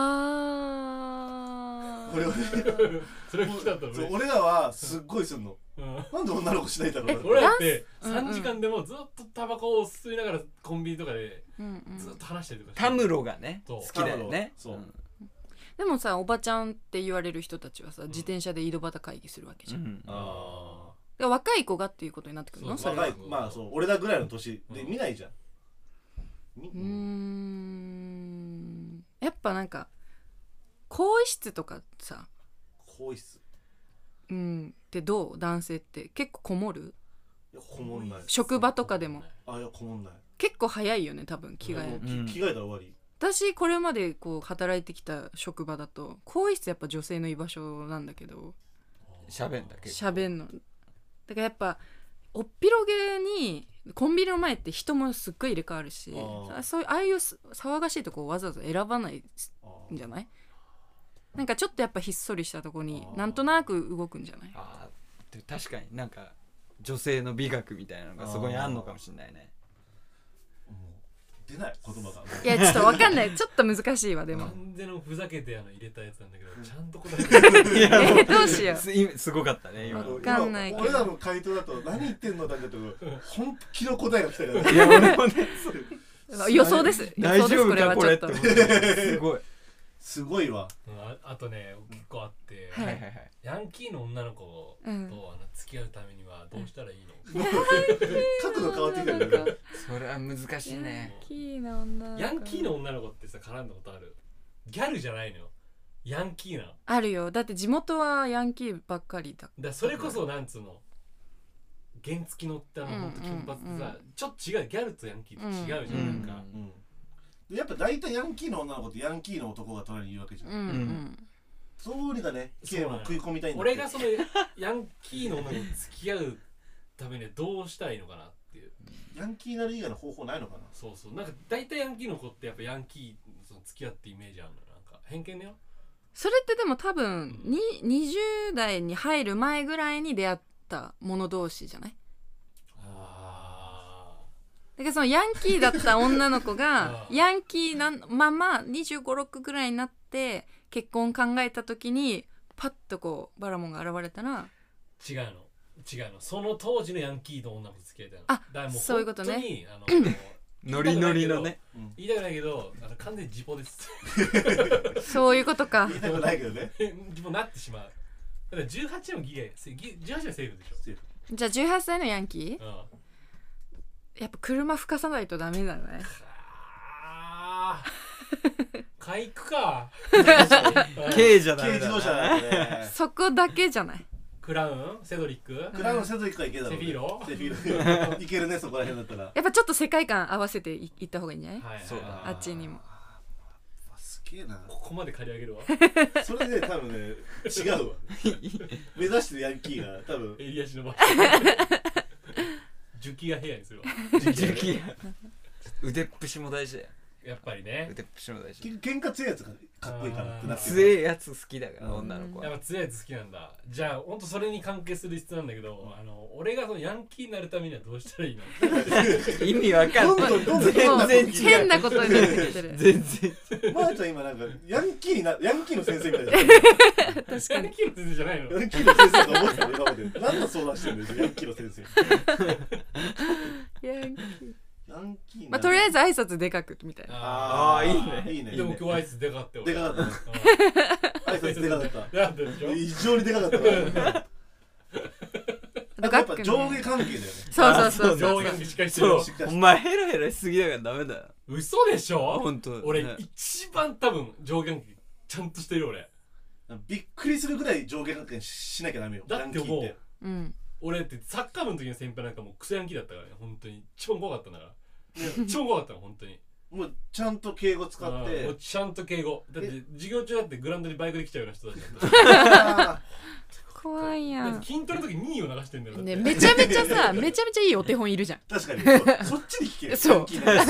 あーこれそれ聞いたとそう俺らはすっごいすんの、うん、なんで女の子しないだろう俺だってさんじかんでもずっとタバコを吸いながらコンビニとかでずっと話したりとかして、 タムロがね好きだよね。 そう、うん、 でもさおばちゃんって言われる人たちはさ自転車で井戸端会議するわけじゃん、うん、 ああ若い子がっていうことになってくるの？ それはまあそう俺らぐらいの年で見ないじゃん、 うん、うーんやっぱなんか更衣室とかさ更衣室うんってどう男性って結構こもる？ いやこもんない。 職場とかでもあいやこもんない結構早いよね多分着替え、 うん、着替えたら終わり。 私これまでこう働いてきた職場だと更衣室やっぱ女性の居場所なんだけど喋んだけ喋んのだからやっぱおっぴろげにコンビニの前って人もすっごい入れ替わるしあそういうああいう騒がしいとこをわざわざ選ばないんじゃない？なんかちょっとやっぱひっそりしたとこになんとなく動くんじゃない？ あで確かになんか女性の美学みたいなのがそこにあんのかもしれないね。 出ない言葉がいやちょっと分かんないちょっと難しいわでも完全のふざけてあの入れたやつなんだけど、うん、ちゃんと答えてるえー、どうしようす, すごかったね今分かんないけど俺らの回答だと何言ってんのだけど本気の答えが来たからねいや俺もね予想です大丈夫かこれって思ってすごいすごいわ、 うん、あ, あとね結構あって、 はいはいはい、 ヤンキーの女の子と、うん、あの付き合うためにはどうしたらいいの？ 角度変わってきたよね。 それは難しいね。 ヤンキーの女の子ヤンキーの女の子ってさ絡んだことある？ギャルじゃないのよヤンキーなの。 あるよだって地元はヤンキーばっかりだだそれこそなんつうの原付き乗ったのほんと金髪でさ、うんうんうん、ちょっと違うギャルとヤンキーって違うじゃん、うんうん、なんか、うんうん、やっぱ大体ヤンキーの女の子ってヤンキーの男が隣にいるわけじゃん、うんうん、そうにかねKも食い込みたいんだ俺がそのヤンキーの女の子と付き合うためにはどうしたらいいのかなっていうヤンキーなる以外の方法ないのかな。 そうそうなんか大体ヤンキーの子ってやっぱヤンキーその付き合ってイメージあるのなんか偏見だよ。 それってでも多分、うん、ににじゅう代に入る前ぐらいに出会った者同士じゃない？ あからそのヤンキーだった女の子がヤンキーなままにじゅうご、ろくぐらいになって結婚考えた時にパッとこうバラモンが現れたら違うの違うのその当時のヤンキーの女の子付き合いたいの。 あ、だからもうそういうことね。 あのノリノリのね。 言いたくないけどあの完全にジポです。 そういうことか。 言いたくないけどね。 ジポなってしまう。だからじゅうはちのギガじゅうはちはセーフでしょ。 じゃあじゅうはっさいのヤンキー、うん、やっぱ車吹かさないとダメだね。 あ買いくか。 軽じゃない。 軽自動車だね。 そこだけじゃない。 クラウンセドリッククラウンセドリックはいけるだろう、ね、 セフィロセフィロいけるねそこら辺だったら。 やっぱちょっと世界観合わせていった方がいいんじゃない？ はい、 そうだあっちにも。 すげえな。 ここまで借り上げるわ。 それで多分ね違うわ。目指してるヤンキーが多分襟足伸ばして樹木が部屋にするわ。 樹木腕っぷしも大事だよ。 やっぱりね腕っぷしも大事。 喧嘩強いやつがかっこいいかなってなって。 強いやつ好きだから女の子は。 やっぱ強いやつ好きなんだ。じゃあほんとそれに関係する質なんだけど、あの俺がそのヤンキーになるためにはどうしたらいいの？ 意味わかんない。 全然違う。変なことになってきてる。 全然。 まーちゃん今なんかヤンキーになヤンキーの先生みたいな。 確かに。 ヤンキーの先生じゃないの？ ヤンキーの先生と思ってた今まで。何の相談してるんですよヤンキーの先生。ヤンキー。 ヤンキーまあとりあえず挨拶でかくみたいな。 ああいいねいいね。 でも今日挨拶でかってでかかった挨拶でかかった異常にでかかったやっぱ上下関係だよね。 そうそうそう上下関係しっかりしてる。 お前ヘラヘラしすぎだからダメだよ。 嘘でしょ。 本当俺一番多分上下関係ちゃんとしてる俺。 びっくりするぐらい上下関係しなきゃダメよ。 だってもううん俺ってサッカー部の時の先輩なんかもうクソヤンキーだったからね。本当に一番怖かったんだから。一番怖かったの本当に。 もうちゃんと敬語使って。 もうちゃんと敬語。だって授業中だってグラウンドにバイクで来ちゃうような人たちだった。 怖いやん。 筋トレの時にを流してんだよね。めちゃめちゃさめちゃめちゃいいお手本いるじゃん。 確かに そ, そっちに聞け。 そう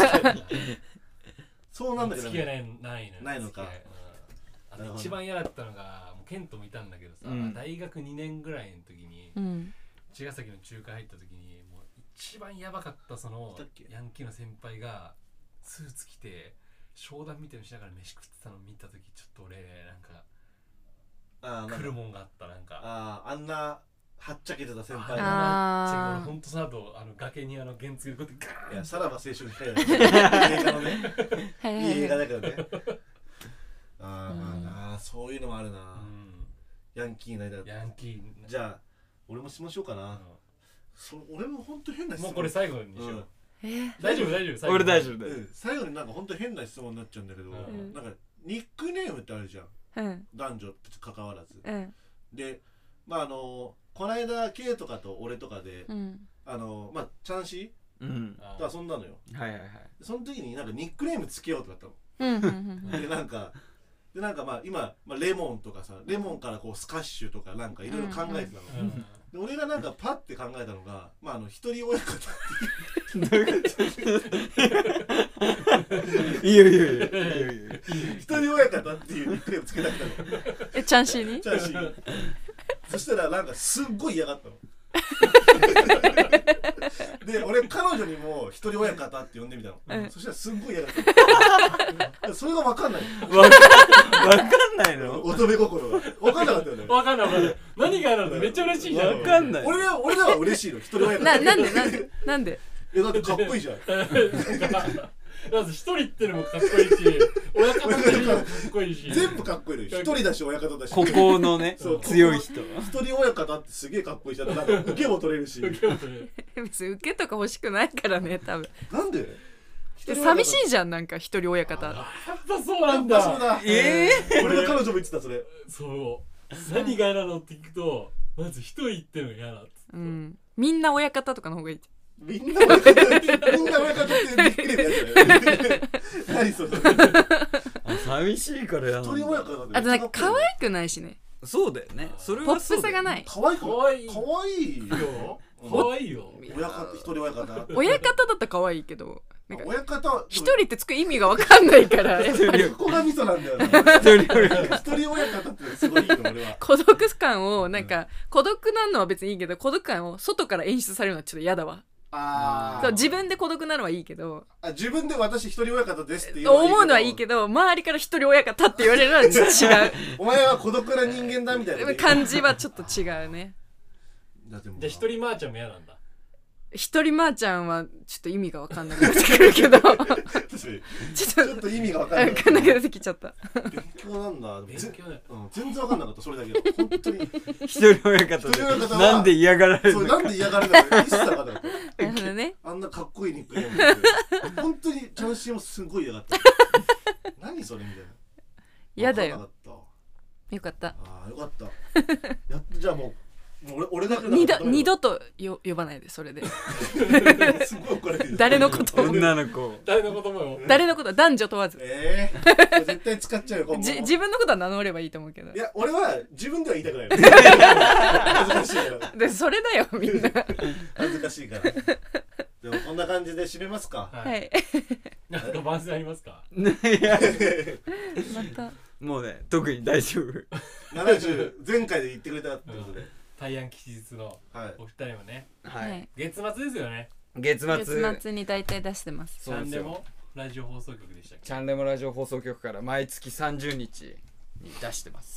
そうなんだけどね。ないないのないのか。 あの一番嫌だったのがもうケントもいたんだけどさ、うん、大学にねんぐらいの時に、うん、茅ヶ崎の中華入った時にもう一番やばかったそのヤンキーの先輩がスーツ着て商談みたいにしながら飯食ってたのを見た時ちょっと俺なんか来るもんがあったなんかあああんなはっちゃけてた先輩がな。俺ほんとその後あの崖にあの原付でこうやってガーン。 いやさらば青春時代映画のねいい映画だけどね。ああそういうのもあるな。ヤンキーになりたかった。 ヤンキーじゃあ俺もしましょうかな。そ俺もほんと変な質問。 もうこれ最後にしよう。 えー、 大丈夫大丈夫。 俺大丈夫だよ。 最後になんかほんと変な質問になっちゃうんだけど、なんかニックネームってあるじゃん。男女関わらず。でまああのこの間 K とかと俺とかであのまあチャンシーと遊んだのよ。 はいはいはい。 その時になんかニックネームつけようとかあったの。でなんかでなんかまあ今、まあ、レモンとかさレモンからこうスカッシュとかなんかいろいろ考えてたの、うんうん、で俺がなんかパッて考えたのがまああの一人親方っていういいよいいよいいよ一人親方っていうニックネームつけたくたの。 えチャンシーにチャンシーそしたらなんかすっごい嫌がったの。で俺彼女にも一人親方って呼んでみたの、うん、そしたらすっごい嫌だったそれが分かんない分かんないの乙女心が分かんなかったよね。 分かんない分かんない何があるのってめっちゃ嬉しいじゃん。 分かんない。 俺は俺らは嬉しいの一人親方ななんでなんでなんでえだってかっこいいじゃんまず一人ってのもかっこいいし親方ってのもかっこいいし全部かっこいいの一人だし親方だしここのね強い人一人親方ってすげえかっこいいじゃん。なんか受けも取れるし受けも取れる別に受けとか欲しくないからね多分。 なんで寂しいじゃんなんか一人親方。 やっぱそうなんだ。 そうだええ俺の彼女も言ってたそれ。 そう何が嫌なのって聞くとまず一人ってのが嫌だっつって、 うん、みんな親方とかの方がいい。 みんな親方みんな親方ってびっくりだよ何それ寂しいからやな。一人親方あとなんか可愛くないしね。 そうだよね。それはポップさがない。 可愛い可愛い可愛いよ可愛いよ。 親方一人親方親方だったら可愛いけどなんか親方一人ってつく意味が分かんないからやっぱりここがミソなんだよな。一人親方ってすごいいいの俺は。 孤独感をなんか、うん、孤独なのは別にいいけど孤独感を外から演出されるのはちょっと嫌だわ。 あそう自分で孤独なのはいいけど、 あ自分で私一人親方ですっていう思うのはいいけど、周りから一人親方って言われるのは違うお前は孤独な人間だみたいな感じはちょっと違うね。 じゃあ一人まーちゃんも嫌なんだ。 一人まーちゃんはちょっと意味が分かんなくなってくるけどちょっとちょっと意味が分かんない分かんなくなってきちゃった。 勉強なんだ。勉強ね、うん、全然分かんなかった。それだけ本当に一人親方でなんで嫌がられるのか、 そうなんで嫌がられるのか一切分かんなかった。 なるほどね。 あんなかっこいいニックネーム本当にチャンシーもすごい嫌がった何それみたいな。 嫌だよ。よかった。 ああよかったやっとじゃあもう俺, 俺だけ二度二度とよ呼ばないでそれですごい怒られてる。 誰のことも女の子誰のこともよ誰のこと男女問わず、 えー、絶対使っちゃうよ今後じ自分のことは名乗ればいいと思うけど。 いや俺は自分では言いたくない恥ずかしいからでそれだよみんな恥ずかしいからでもこんな感じで締めますか。 はい、 なんか番宣ありますか。 いやまたもうね特に大丈夫ななじゅう前回で言ってくれたってことで、うん、 大安吉日のお二人もね、 はい、 月末ですよね。 月末月末に大体出してます。 チャンレモラジオ放送局でしたっけ。 チャンレモラジオ放送局から毎月さんじゅうにちに出してます。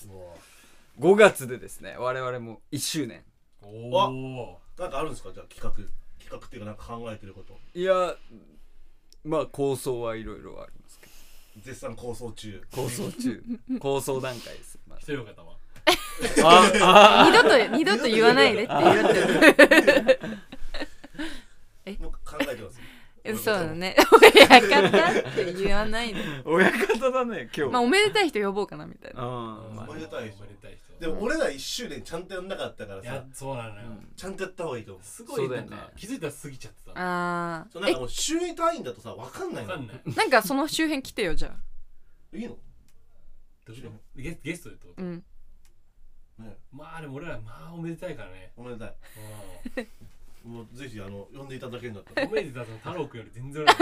ごがつでですね我々もいっしゅうねん。 おおなんかあるんですか。じゃあ企画企画っていうかなんか考えてること。 いやまあ構想はいろいろありますけど絶賛構想中構想中構想段階です。 一人の方はああ二度と二度と言わないでって言ってえもう考えてます。 そうだね親方って言わないで親方だね今日。 まあおめでたい人呼ぼうかなみたいな。 おめでたい人でも俺らいっしゅうねんちゃんとやんなかったからさ。いやそうなのよ、 ちゃんとやった方がいいと思う。 すごいなんか気づいたら過ぎちゃってた。 ああそうなんかもう週に単位だとさ分かんないの。 分かんないなんかその周辺来てよじゃあ。 いいのゲゲストでってこと。うんね、まあでも俺らまあおめでたいからね。 おめでたい。もうぜひあの呼んでいただけるんだったら。 おめでたいの太郎くんより全然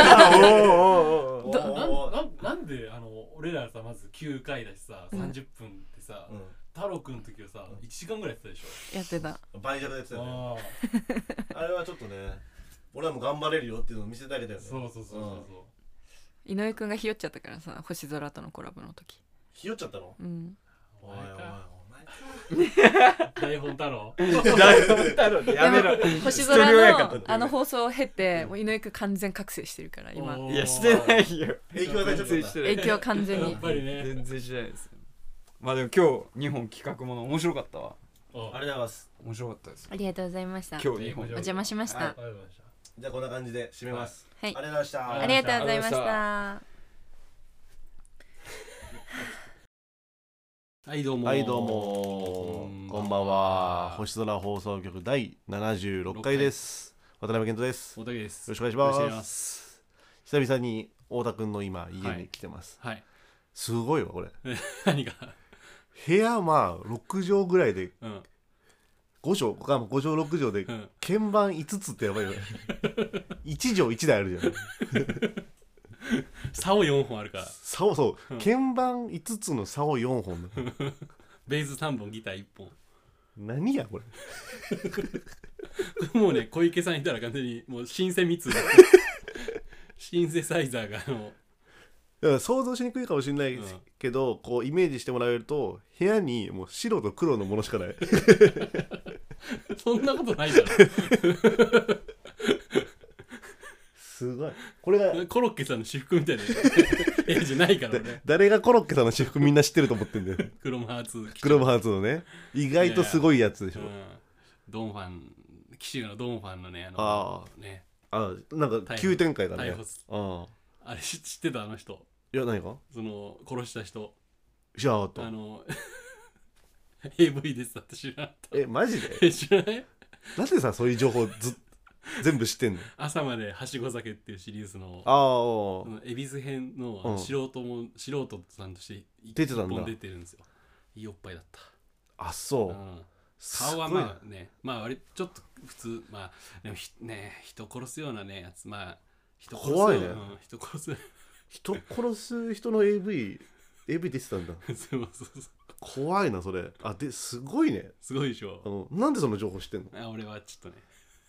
俺なんであの俺らさまずきゅうかいだしさ、うん、さんじゅっぷんってさ、うん、太郎くんの時はさ、うん、いちじかんぐらいやってたでしょ。 やってた。 倍弱やってたよね。あれはちょっとね俺らも頑張れるよっていうのを見せてあげたよね。 そうそうそうそう、うん、 井上くんがひよっちゃったからさ星空とのコラボの時ひよっちゃったの。うんおいおい台本太郎台本太郎やめろ。 星空のあの放送を経てもう井上くん完全覚醒してるから今。 いやしてないよ。 影響は全然してない。影響完全にやっぱりね全然してないです。まあでも今日にほん企画もの面白かったわ。 ありがとうございます。 面白かったです。 ありがとうございました。 今日にほんお邪魔しました。 じゃあこんな感じで締めます。 はい。 ありがとうございました。 ありがとうございました。 はいどうもはいどうもこんばんは。星空放送局第ななじゅうろっかいです。渡辺健人です。 大竹です。 よろしくお願いします。久々に太田くんの今家に来てます。 はい。 すごいわこれ。 何が？ 部屋まあろくじょうぐらいで、うん、ごじょうごじょうろくじょうで、うん、鍵盤いつつってやばいよね。いちじょういちだいあるじゃん。 竿よんほんあるから。 竿そう、うん、鍵盤いつつの竿よんほん。 ベースさんぼんギターいっぽん。 何やこれ。 もうね小池さんいたら完全にもうシンセ密度シンセサイザーがあのだから想像しにくいかもしれないけど、うん、こうイメージしてもらえると部屋にもう白と黒のものしかない。 そんなことないだろ。 すごいこれがコロッケさんの私服みたいな絵じゃないからね。 誰がコロッケさんの私服みんな知ってると思ってんだよ。 クロムハーツクロムハーツのね意外とすごいやつでしょ。いやいや、 うん、ドンファン騎士のドンファンのねあのあねあなんか急展開がね。 ああれ知ってたあの人。 いや何かその殺した人知らなかった。 あのエーブイ ですだって知らなかった。 えマジで知らない。 なんでさそういう情報ず全部知ってんの。 朝まではしご酒っていうシリーズのあ恵比寿編の、うん、素人も素人さんとして出てたんだ。 出てるんですよ。いいおっぱいだった。 あそう、うん、 顔はまあねまあ割ちょっと普通まあでもね人殺すようなねやつまあ人殺す怖いね、うん、 人殺す人殺す人の エーブイ エーブイ 出てたんだ。 そうそうそう怖いなそれ。あですごいね。 すごいでしょ。 あのなんでその情報知ってんの。 あ俺はちょっとね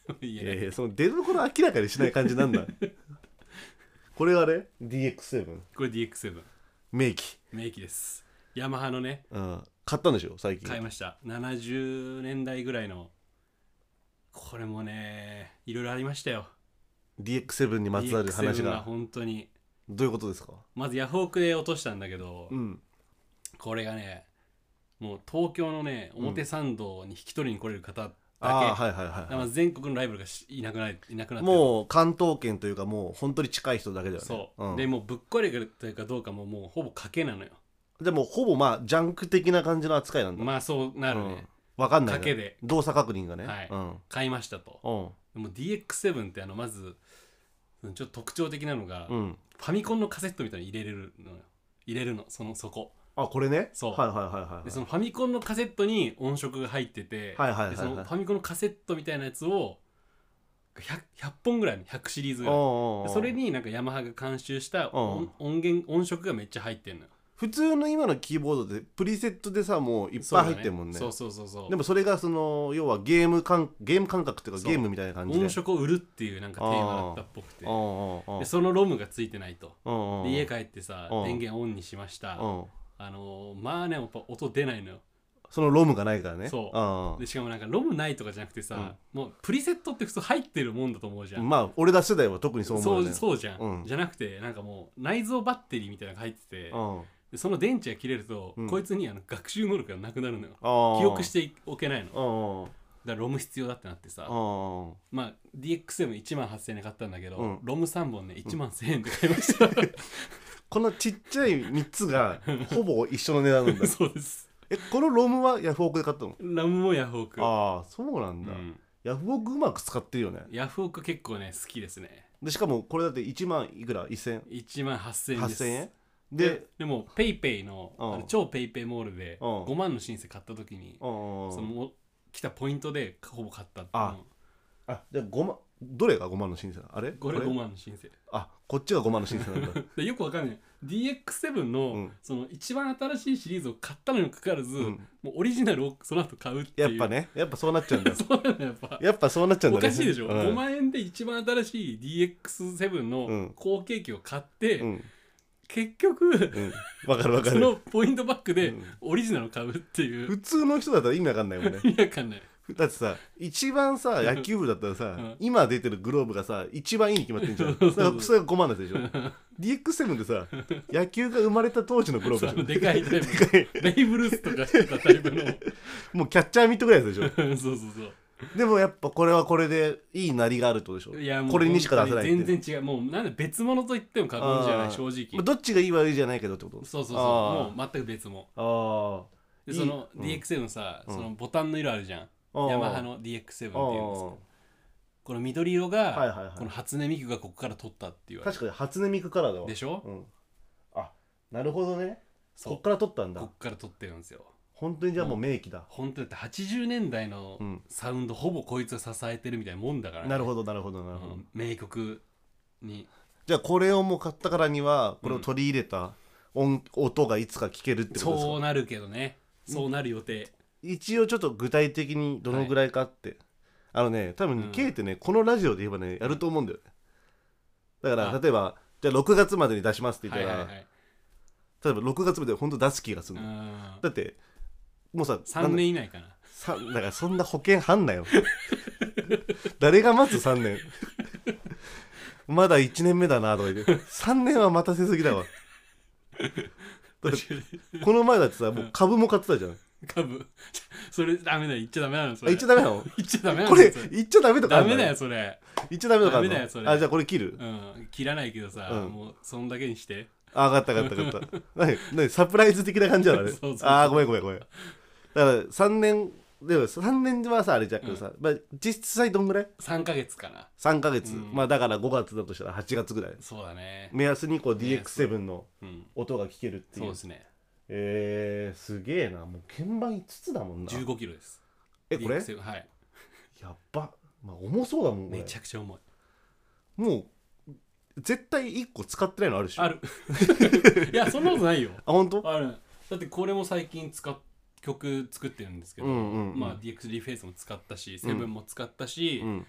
いやいやその出所明らかにしない感じなんだこれあれ ディーエックスセブンこれ ディーエックスセブン名機名機です。ヤマハのね、 うん、買ったんでしょ最近。 買いました。ななじゅうねんだいぐらいの。これもねいろいろありましたよ。 ディーエックスセブン にまつわる話が。 本当にどういうことですか。 まずヤフオクで落としたんだけど、 うん、 これがねもう東京のね表参道に引き取りに来れる方だけ、 うん、あはいはいはい、はい、 全国のライバルがいなくないいなくなってもう関東圏というかもう本当に近い人だけだよね。 そう、 うん、 でもうぶっ壊れるというかどうかももうほぼ賭けなのよ。 でもほぼまあジャンク的な感じの扱いなんだ。 まあそうなるね、 うん、分かんない、ね、 賭けで動作確認がね、 はい、 うん、 買いましたと、うん、でも ディーエックスセブン ってあのまずちょっと特徴的なのが、うん、ファミコンのカセットみたいに入れれるのよ。入れるのそのそこ。 あこれね。 そうはいはいはいはい、はい、 でそのファミコンのカセットに音色が入ってて、 はいはいはいはい、 でそのファミコンのカセットみたいなやつを ひゃく, ひゃっぽんぐらいひゃくシリーズぐらいでそれになんかヤマハが監修した音源音色がめっちゃ入ってんのよ。 普通の今のキーボードでプリセットでさもういっぱい入ってるもんね。 そうそうそうそう。 でもそれがその要はゲーム感ゲーム感覚っていうかゲームみたいな感じで音色を売るっていうなんかテーマだったっぽくて、でそのロムがついてないと。で家帰ってさ電源オンにしました。あのー、まあねやっぱ音出ないのよ。 そのロムがないからね。 そうでしかもなんかロムないとかじゃなくてさ、うん、もうプリセットって普通入ってるもんだと思うじゃん。 まあ俺ら世代は特にそう思うよね。 そうそうじゃん、うん、じゃなくてなんかもう内蔵バッテリーみたいなのが入ってて、うんでその電池が切れると、うん、こいつにあの学習能力がなくなるのよ。記憶しておけないの。だからロム必要だってなってさ、まあ ディーエックスセブンいちまんはっせんえんで買ったんだけど、うん、ロムさんぼんねいちまんせんえんで買いました、うん、 このちっちゃいみっつがほぼ一緒の値段なんだそうです。 えこのロムはヤフオクで買ったの。 ロムもヤフオク。 ああそうなんだ、うん、ヤフオクうまく使ってるよね。 ヤフオク結構ね好きですね。 でしかもこれだっていちまんいくらいっせんいちまんはっせんえんです。はっせんえんで, で, でもペイペイ の, あの超ペイペイモールでごまんの申請買った時にその来たポイントでほぼ買ったって。 ああじゃあごまんどれがごまんの申請あれこれごまんの申請。 あこっちがごまんの申請なんだよくわかんない。 ディーエックスセブン の、うん、その一番新しいシリーズを買ったのにもかかわらず、うん、もうオリジナルをその後買うっていう。 やっぱねやっぱそうなっちゃうんだそうなんだやっぱやっぱそうなっちゃうんだね。 おかしいでしょ、うん、ごまんえんで一番新しい ディーエックスセブン の後継機を買って、うんうん結局、うん、 分かる分かるそのポイントバックでオリジナルを買うっていう、 うん、普通の人だったら意味わかんないもんね。 意味わかんない。 だってさ一番さ野球部だったらさ、うん、今出てるグローブがさ一番いいに決まってんじゃんだからそれがごまんのやつでしょディーエックスセブン でさ野球が生まれた当時のグローブでしょでかいタイプベイブルースとかしてたタイプのもうキャッチャーミットぐらいでしょそうそうそうでもやっぱこれはこれでいいなりがあるってことでしょ。いやもうこれにしか出せないって全然違う。もうなんで別物と言っても過言じゃない正直。 どっちがいい悪いじゃないけどってこと。 そうそうそうもう全く別物。あでその ディーエックスセブン さ、うん、そのボタンの色あるじゃん。ヤマハの ディーエックスセブン っていうんですけどこの緑色が、はいはいはい、この初音ミクがここから取ったっていう。 確かに初音ミクカラーだわ。 でしょ、うん、 あなるほどね。こっから取ったんだ。 こっから取ってるんですよ。 本当にじゃあもう名機だ。 本当だってはちじゅうねんだいのサウンド、うん、ほぼこいつが支えてるみたいなもんだからね。 なるほどなるほどなるほど、うん、 名曲に。 じゃあこれをもう買ったからにはこれを取り入れた音、うん、音がいつか聴けるってことですか。 そうなるけどね。そうなる予定、 うん、一応ちょっと具体的にどのぐらいかって、はい、あのね多分ね、うん、K ってねこのラジオで言えばねやると思うんだよね。だから例えばじゃあろくがつまでに出しますって言ったら、はいはいはい、例えばろくがつまで本当出す気がするの。だってもうささんねん以内かな。 さだからそんな保険はんなよ誰が待つさんねんまだいちねんめだなとか言ってさんねんは待たせすぎだわだってこの前だってさもう株も買ってたじゃん。 株それダメだよ言っちゃダメなのそれ。言っちゃダメなの言っちゃダメなのこれ言っちゃダメとかダメだよそれ。 言っちゃダメとかあるの。 ダメだよそれ。 あじゃあこれ切る。 うん切らないけどさ、うん、もうそんだけにして。 あ分かった分かった分かった何何サプライズ的な感じなのね。そうそうそうあごめんごめんごめん。だからさんねんでもさんねんはさあれじゃけどさ、うんまあ、実際どんぐらい ?さん ヶ月かな。さんかげつ、うん、まあだからごがつだとしたらはちがつぐらい。 そうだね。 目安にこう ディーエックスセブン の音が聞けるっていう。 そうですね。 えー、すげえな。もう鍵盤いつつだもんな。 じゅうごキロです。 えこれはいやっば、まあ、重そうだもん。 めちゃくちゃ重い。 もう絶対いっこ使ってないのあるでしょ。 あるいやそんなことないよ。 あ本当？ ある。だってこれも最近使っ曲作ってるんですけど、うんうんうん、まあ ディーエックス リフェイスも使ったしセブンも使ったし、うん、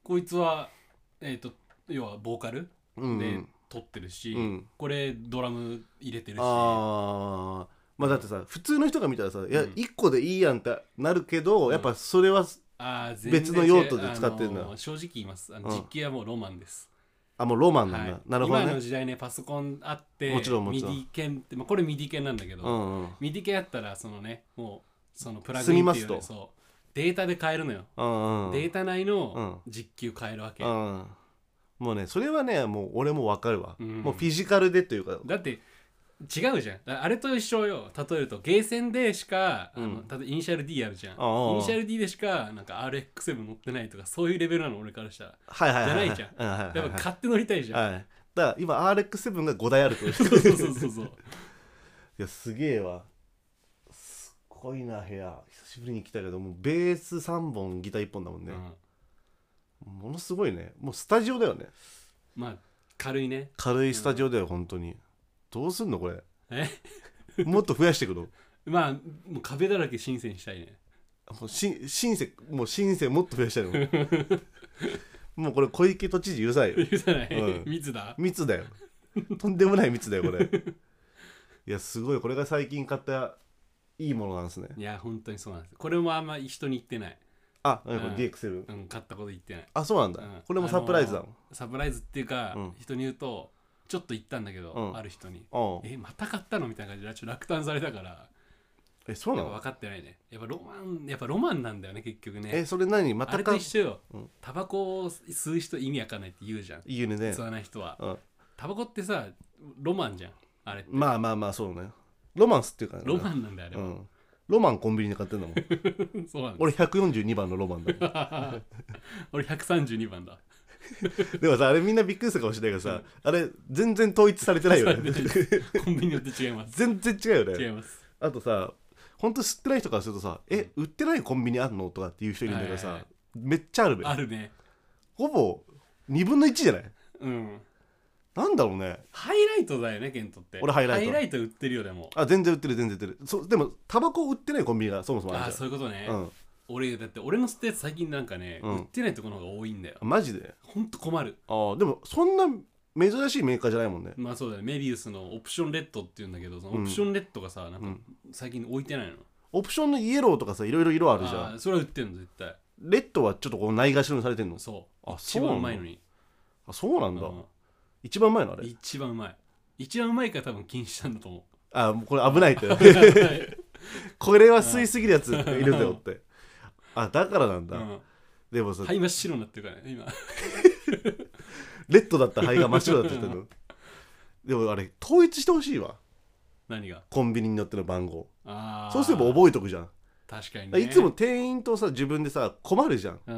こいつはえっ、ー、と要はボーカルで撮ってるし、うん、これドラム入れてるし、 あまあだってさ普通の人が見たらさ、いやいっこでいいやんってなるけど、うん、やっぱそれは別の用途で使ってるんだ。 正直言います、あの実機はもうロマンです、 うん、あもうロマンなんだ、はい、なるほどね。 今の時代ねパソコンあってもちろんもちろんミディ鍵って、まあ、これミディ鍵なんだけど、うんうん、ミディ鍵あったらそのねもうそのプラグインっていうのそうデータで変えるのよ、うんうん、データ内の実機を変えるわけ、うんうん、 もうねそれはねもう俺も分かるわ、うん、もうフィジカルでというかだって違うじゃん。あれと一緒よ。例えるとゲーセンでしか、うん、あの例えばイニシャル D あるじゃん。イニシャル D でしかなんか アールエックスセブン 乗ってないとかそういうレベルなの俺からしたら、 はいはいはいはい、 じゃないじゃん、はいはいはい、やっぱ買って乗りたいじゃん、はい、 だから今 アールエックスセブン がごだいあるとそうそうそうそうそういやすげえわ、すごいな部屋久しぶりに来たけどもうベースさんぼんギターいっぽんだもんね、うん、ものすごいね。もうスタジオだよね。 まあ軽いね、 軽いスタジオだよ、うん、本当に。どうすんのこれえもっと増やしていくのまあもう壁だらけシンセにしたいね。 もうしシンセもうシンセもっと増やしたいのもうこれ小池都知事許さないよ許さない、うん、密だ密だよとんでもない密だよこれいやすごい、これが最近買ったいいものなんですね。 いや本当にそうなんです。これもあんま人に言ってない。 あ、なんか ディーエックスセブン、 うん、買ったこと言ってない。 あ、そうなんだ、うん、これもサプライズだもん。 サプライズっていうか、うん、人に言うとちょっと言ったんだけど、うん、ある人にえまた買ったのみたいな感じでちょっと落胆されたから。 え、そうなの？ 分かってないね。やっぱロマン、やっぱロマンなんだよね結局ね。 え、それ何またかあれと一緒よ、うん、タバコを吸う人意味わかんないって言うじゃん。 言うね。 吸わない人は、うん、タバコってさロマンじゃんあれって。 まあまあまあそうね、ロマンスっていうか、ね、 ロマンなんだよあれは、うん、 ロマンコンビニで買ってんだもんそうなんだ。 俺ひゃくよんじゅうにばんのロマンだ俺ひゃくさんじゅうにばんだでもさあれみんなびっくりするかもしれないけどさ、あれ全然統一されてないよねコンビニによって違います。 全然違うよね。 違います。 あとさほんと知ってない人からするとさ、え売ってないコンビニあんのとかっていう人いるんだけどさ、はいはいはい、めっちゃあるべ。 あるね。 ほぼにぶんのいちじゃない？ うん。 なんだろうね。 ハイライトだよねケントって。 俺ハイライト。 ハイライト売ってるよでも。 あ全然売ってる全然売ってる。そでもタバコ売ってないコンビニがそもそもあるじゃん。 あそういうことね。 うん。 俺だって俺の吸ったやつ最近なんかね、うん、売ってないところの方が多いんだよ。 マジで？ ほんと困る。 あでもそんな珍しいメーカーじゃないもんね。 まあそうだね。メビウスのオプションレッドっていうんだけど、そのオプションレッドがさ、うん、なんか最近置いてないの。 オプションのイエローとかさいろいろ色あるじゃん。 あそれは売ってんの絶対。 レッドはちょっとこうないがしろにされてんの。 そう。 あ一番うまいのに。 あそうなんだ。うん、一番うまいのあれ。 一番うまい。一番うまいから多分禁止したんだと思う。 あもうこれ危ないってこれは吸いすぎるやついるんだよってあだからなんだ、うん、でもさ灰真っ白になってるからね今レッドだった灰が真っ白だって言ってるのでもあれ統一してほしいわ。 何が？ コンビニによっての番号。 あそうすれば覚えとくじゃん。 確かにね。 いつも店員とさ自分でさ困るじゃん、うん、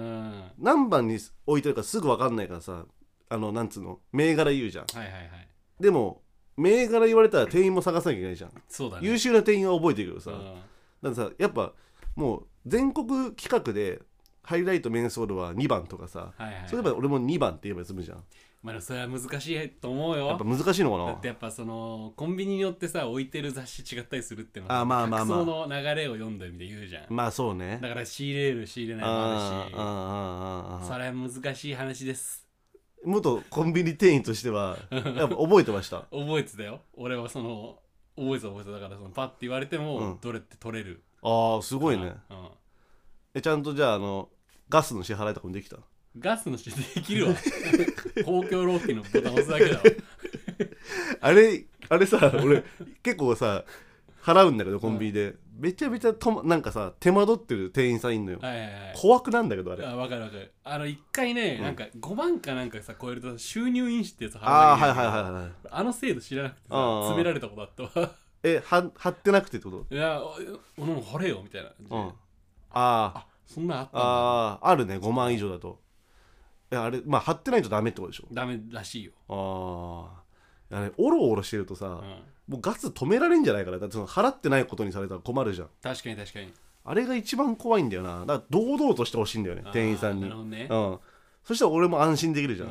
何番に置いてるかすぐ分かんないからさあのなんつうの銘柄言うじゃん、 はいはいはい、 でも銘柄言われたら店員も探さなきゃいけないじゃん。 そうだね。 優秀な店員は覚えてるけどさ、うん、だからさやっぱもう全国企画でハイライトメンソールはにばんとかさ、はいはいはい、そういえば俺もにばんって言えば済むじゃん。 まあそれは難しいと思うよ。 やっぱ難しいのかな。 だってやっぱそのコンビニによってさ置いてる雑誌違ったりするってのは、あまあまあまあ、 客層の流れを読んだ意味で言うじゃん。 まあそうね。 だから仕入れる仕入れないもあるし、ああああそれは難しい話です。 元コンビニ店員としてはやっぱ覚えてました覚えてたよ。俺はその覚えてた覚えてただからそのパッて言われても、うん、どれって取れる。 ああすごいね、うんうん、えちゃんとじゃああのガスの支払いとかもできた？ ガスの支払いできるわ公共料金のボタン押すだけだわあれあれさ俺結構さ払うんだけどコンビニで、うん、めちゃめちゃとなんかさ手間取ってる店員さんいんのよ、はいはいはい、怖くなんだけどあれ。 あ分かる分かる。あの一回ね、うん、なんかごばんかなんかさ超えると収入印紙ってやつ払う。 ああはいはいはいはい。 あの制度知らなくてさ詰められたことあったわえは貼ってなくてってこと？ いや俺も払えよみたいな、うん、ああそんなあったんだ。 ああるねごまん以上だと。いやあれまあ貼ってないとダメってことでしょ？ ダメらしいよ。 あああれオロオロしてるとさ、うん、もうガス止められんじゃないから。だってその払ってないことにされたら困るじゃん。 確かに確かに。 あれが一番怖いんだよな。だから堂々としてほしいんだよね店員さんに。 なるほどね、 うん、そしたら俺も安心できるじゃん、うん、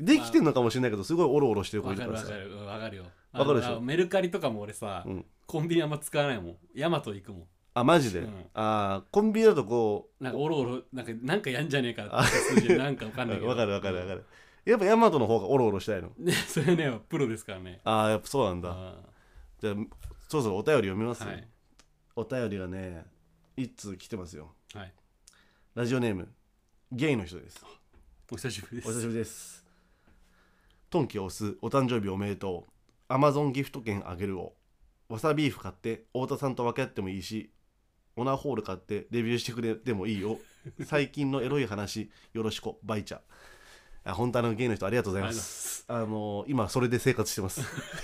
できてんのかもしれないけどすごいオロオロしてる子いるからさ。 分かる分かる分かるよ。 分かるでしょ。 メルカリとかも俺さ、うん、コンビニあんま使わないもん。ヤマト行くもん。 あマジで、うん、あコンビニだとこうなんかおろおろなんかなんかやんじゃねえかってなんかわかんないけどわかるわかるわかる、やっぱヤマトの方がおろおろしたいのそれねプロですからね。 ああやっぱそうなんだ。じゃあそろそろお便り読みますよ、はい、お便りがね一通来てますよ、はい、ラジオネームゲイの人です。 お久しぶりです。 お久しぶりです。トンキオスお誕生日おめでとう。アマゾンギフト券あげるをわさビーフ買って太田さんと分け合ってもいいしオナホール買ってレビューしてくれてもいいよ最近のエロい話よろしくバイチャ。あ本当あのゲイの人ありがとうございます。あの今それで生活してます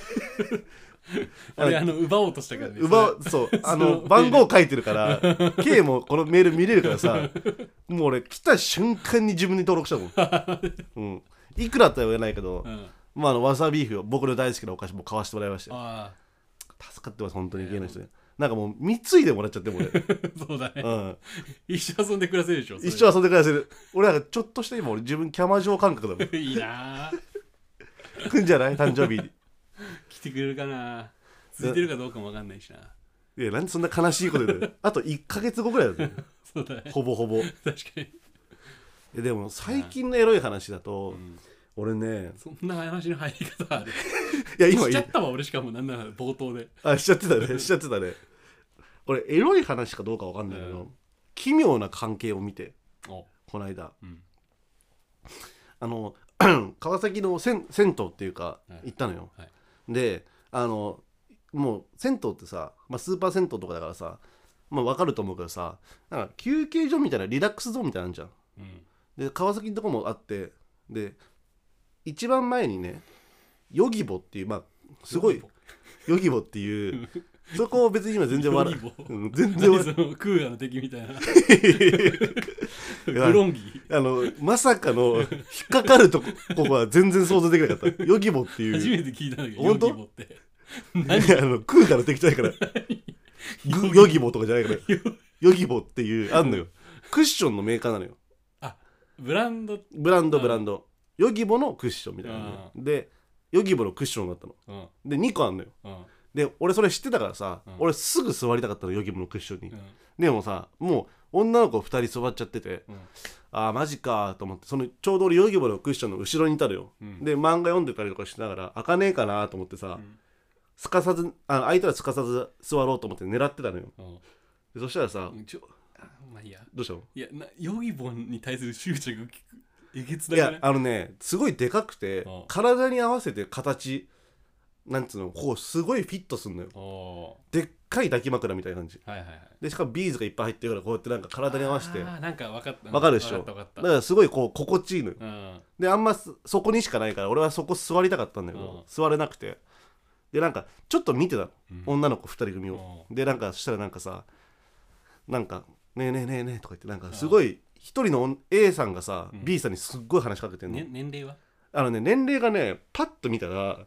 俺あの奪おうとしたからね。 奪そうあの番号書いてるから K もこのメール見れるからさもう俺来た瞬間に自分に登録したもん、うん、いくらとは言えないけど、うん、まああのわさビーフを僕の大好きなお菓子も買わせてもらいましたよ。あ助かってます本当にゲイの人で。なんかもう貢いでもらっちゃっても俺そうだね、うん、一生遊んで暮らせるでしょ。 一生遊んで暮らせる。俺なんかちょっとした今俺自分キャマ嬢感覚だもんいいな来んじゃない誕生日に来てくれるかな。続いてるかどうかも分かんないしな。 いやなんでそんな悲しいこと言うのあといっかげつごぐらいだよそうだねほぼほぼ確かに。 いでも最近のエロい話だと、うん、俺ねそんな話の入り方あるいや今しちゃったわ俺。しかもなんなら冒頭であしちゃってたねしちゃってたね俺エロい話かどうか分かんないけど、うん、奇妙な関係を見てこの間、うん、あの川崎の銭湯っていうか行ったのよ、はいはい、であのもう銭湯ってさ、まあ、スーパー銭湯とかだからさ、まあ、分かると思うけどさなんか休憩所みたいなリラックスゾーンみたいなのあるじゃん、うん、で川崎のとこもあってで一番前にねヨギボっていうまあすごいヨギボっていうそこを別に今全然笑う、うん、全然笑うクーガーの敵みたいなグロンギあのまさかの引っかかるとこは全然想像できなかったヨギボっていう初めて聞いたんだけどヨギボって何あのクーガーの敵じゃないからヨギボとかじゃないからヨギボっていうあんのよクッションのメーカーなのよ。 あブランドブランドブランドヨギボのクッションみたいな、ね、でヨギボのクッションだったの、うん、でにこあんのよ、うん、で俺それ知ってたからさ、うん、俺すぐ座りたかったのヨギボのクッションに、うん、でもさもう女の子ふたり座っちゃってて、うん、あーマジかと思ってそのちょうど俺ヨギボのクッションの後ろにいたのよ、うん、で漫画読んでたりとかしながら開かねえかなと思ってさ、うん、すかさずあ開いたらすかさず座ろうと思って狙ってたのよ、うん、でそしたらさ、ちょまあいいやどうしたの。 いやなヨギボに対する執着がえげつない。いやあのねすごいでかくて、うん、体に合わせて形なんつうのこうすごいフィットすんのよ。でっかい抱き枕みたいな感じ、はいはいはい、でしかもビーズがいっぱい入ってるからこうやってなんか体に合わせてあなんか分かった分かるでしょ。だからすごいこう心地いいのよ、うん、であんまそこにしかないから俺はそこ座りたかったんだけど、うん、座れなくてでなんかちょっと見てたの、うん、女の子ふたり組を、うん、でなんかそしたらなんかさなんかねえねえねえねえとか言ってなんかすごい一人の A さんがさ、うん、B さんにすっごい話しかけてんの、 ね、年齢はあのね年齢がねパッと見たら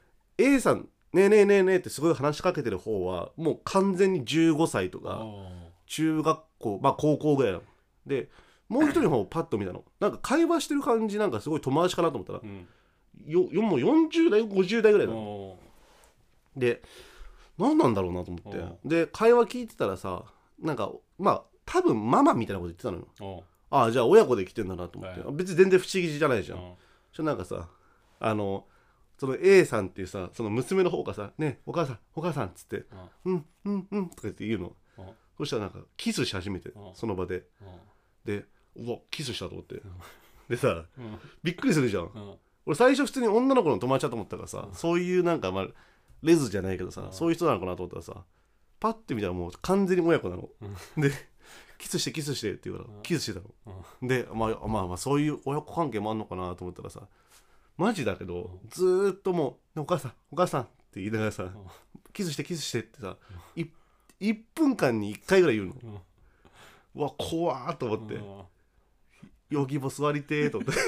A さんねえねえねえねえってすごい話しかけてる方はもう完全にじゅうごさいとか中学校まあ高校ぐらいなのでもう一人の方をパッと見たのなんか会話してる感じなんかすごい友達かなと思ったら、うん、よよもうよんじゅう代ごじゅう代ぐらいなので何なんだろうなと思ってで会話聞いてたらさなんかまあ多分ママみたいなこと言ってたのよ。ああじゃあ親子で来てんだなと思って、はい、別に全然不思議じゃないじゃん。それなんかさあのその A さんっていうさその娘の方がさねお母さんお母さんっつってうんうんうんとか言って言うの。そしたらなんかキスし始めてその場ででうわキスしたと思ってでさびっくりするじゃん。俺最初普通に女の子の友達だと思ったからさそういうなんかまあレズじゃないけどさそういう人なのかなと思ったらさパッて見たらもう完全に親子なの、うん、でキスしてキスしてって言うから、うん、キスしてたの、うん、で、まあ、まあまあそういう親子関係もあんのかなと思ったらさマジだけど、うん、ずーっともうお母さんお母さんって言いながらさ、うん、キスしてキスしてってさ、うん、いいっぷんかんにいっかいぐらい言うの、うん、うわ怖ーと思って、うん、ヨギボ座りてーと思って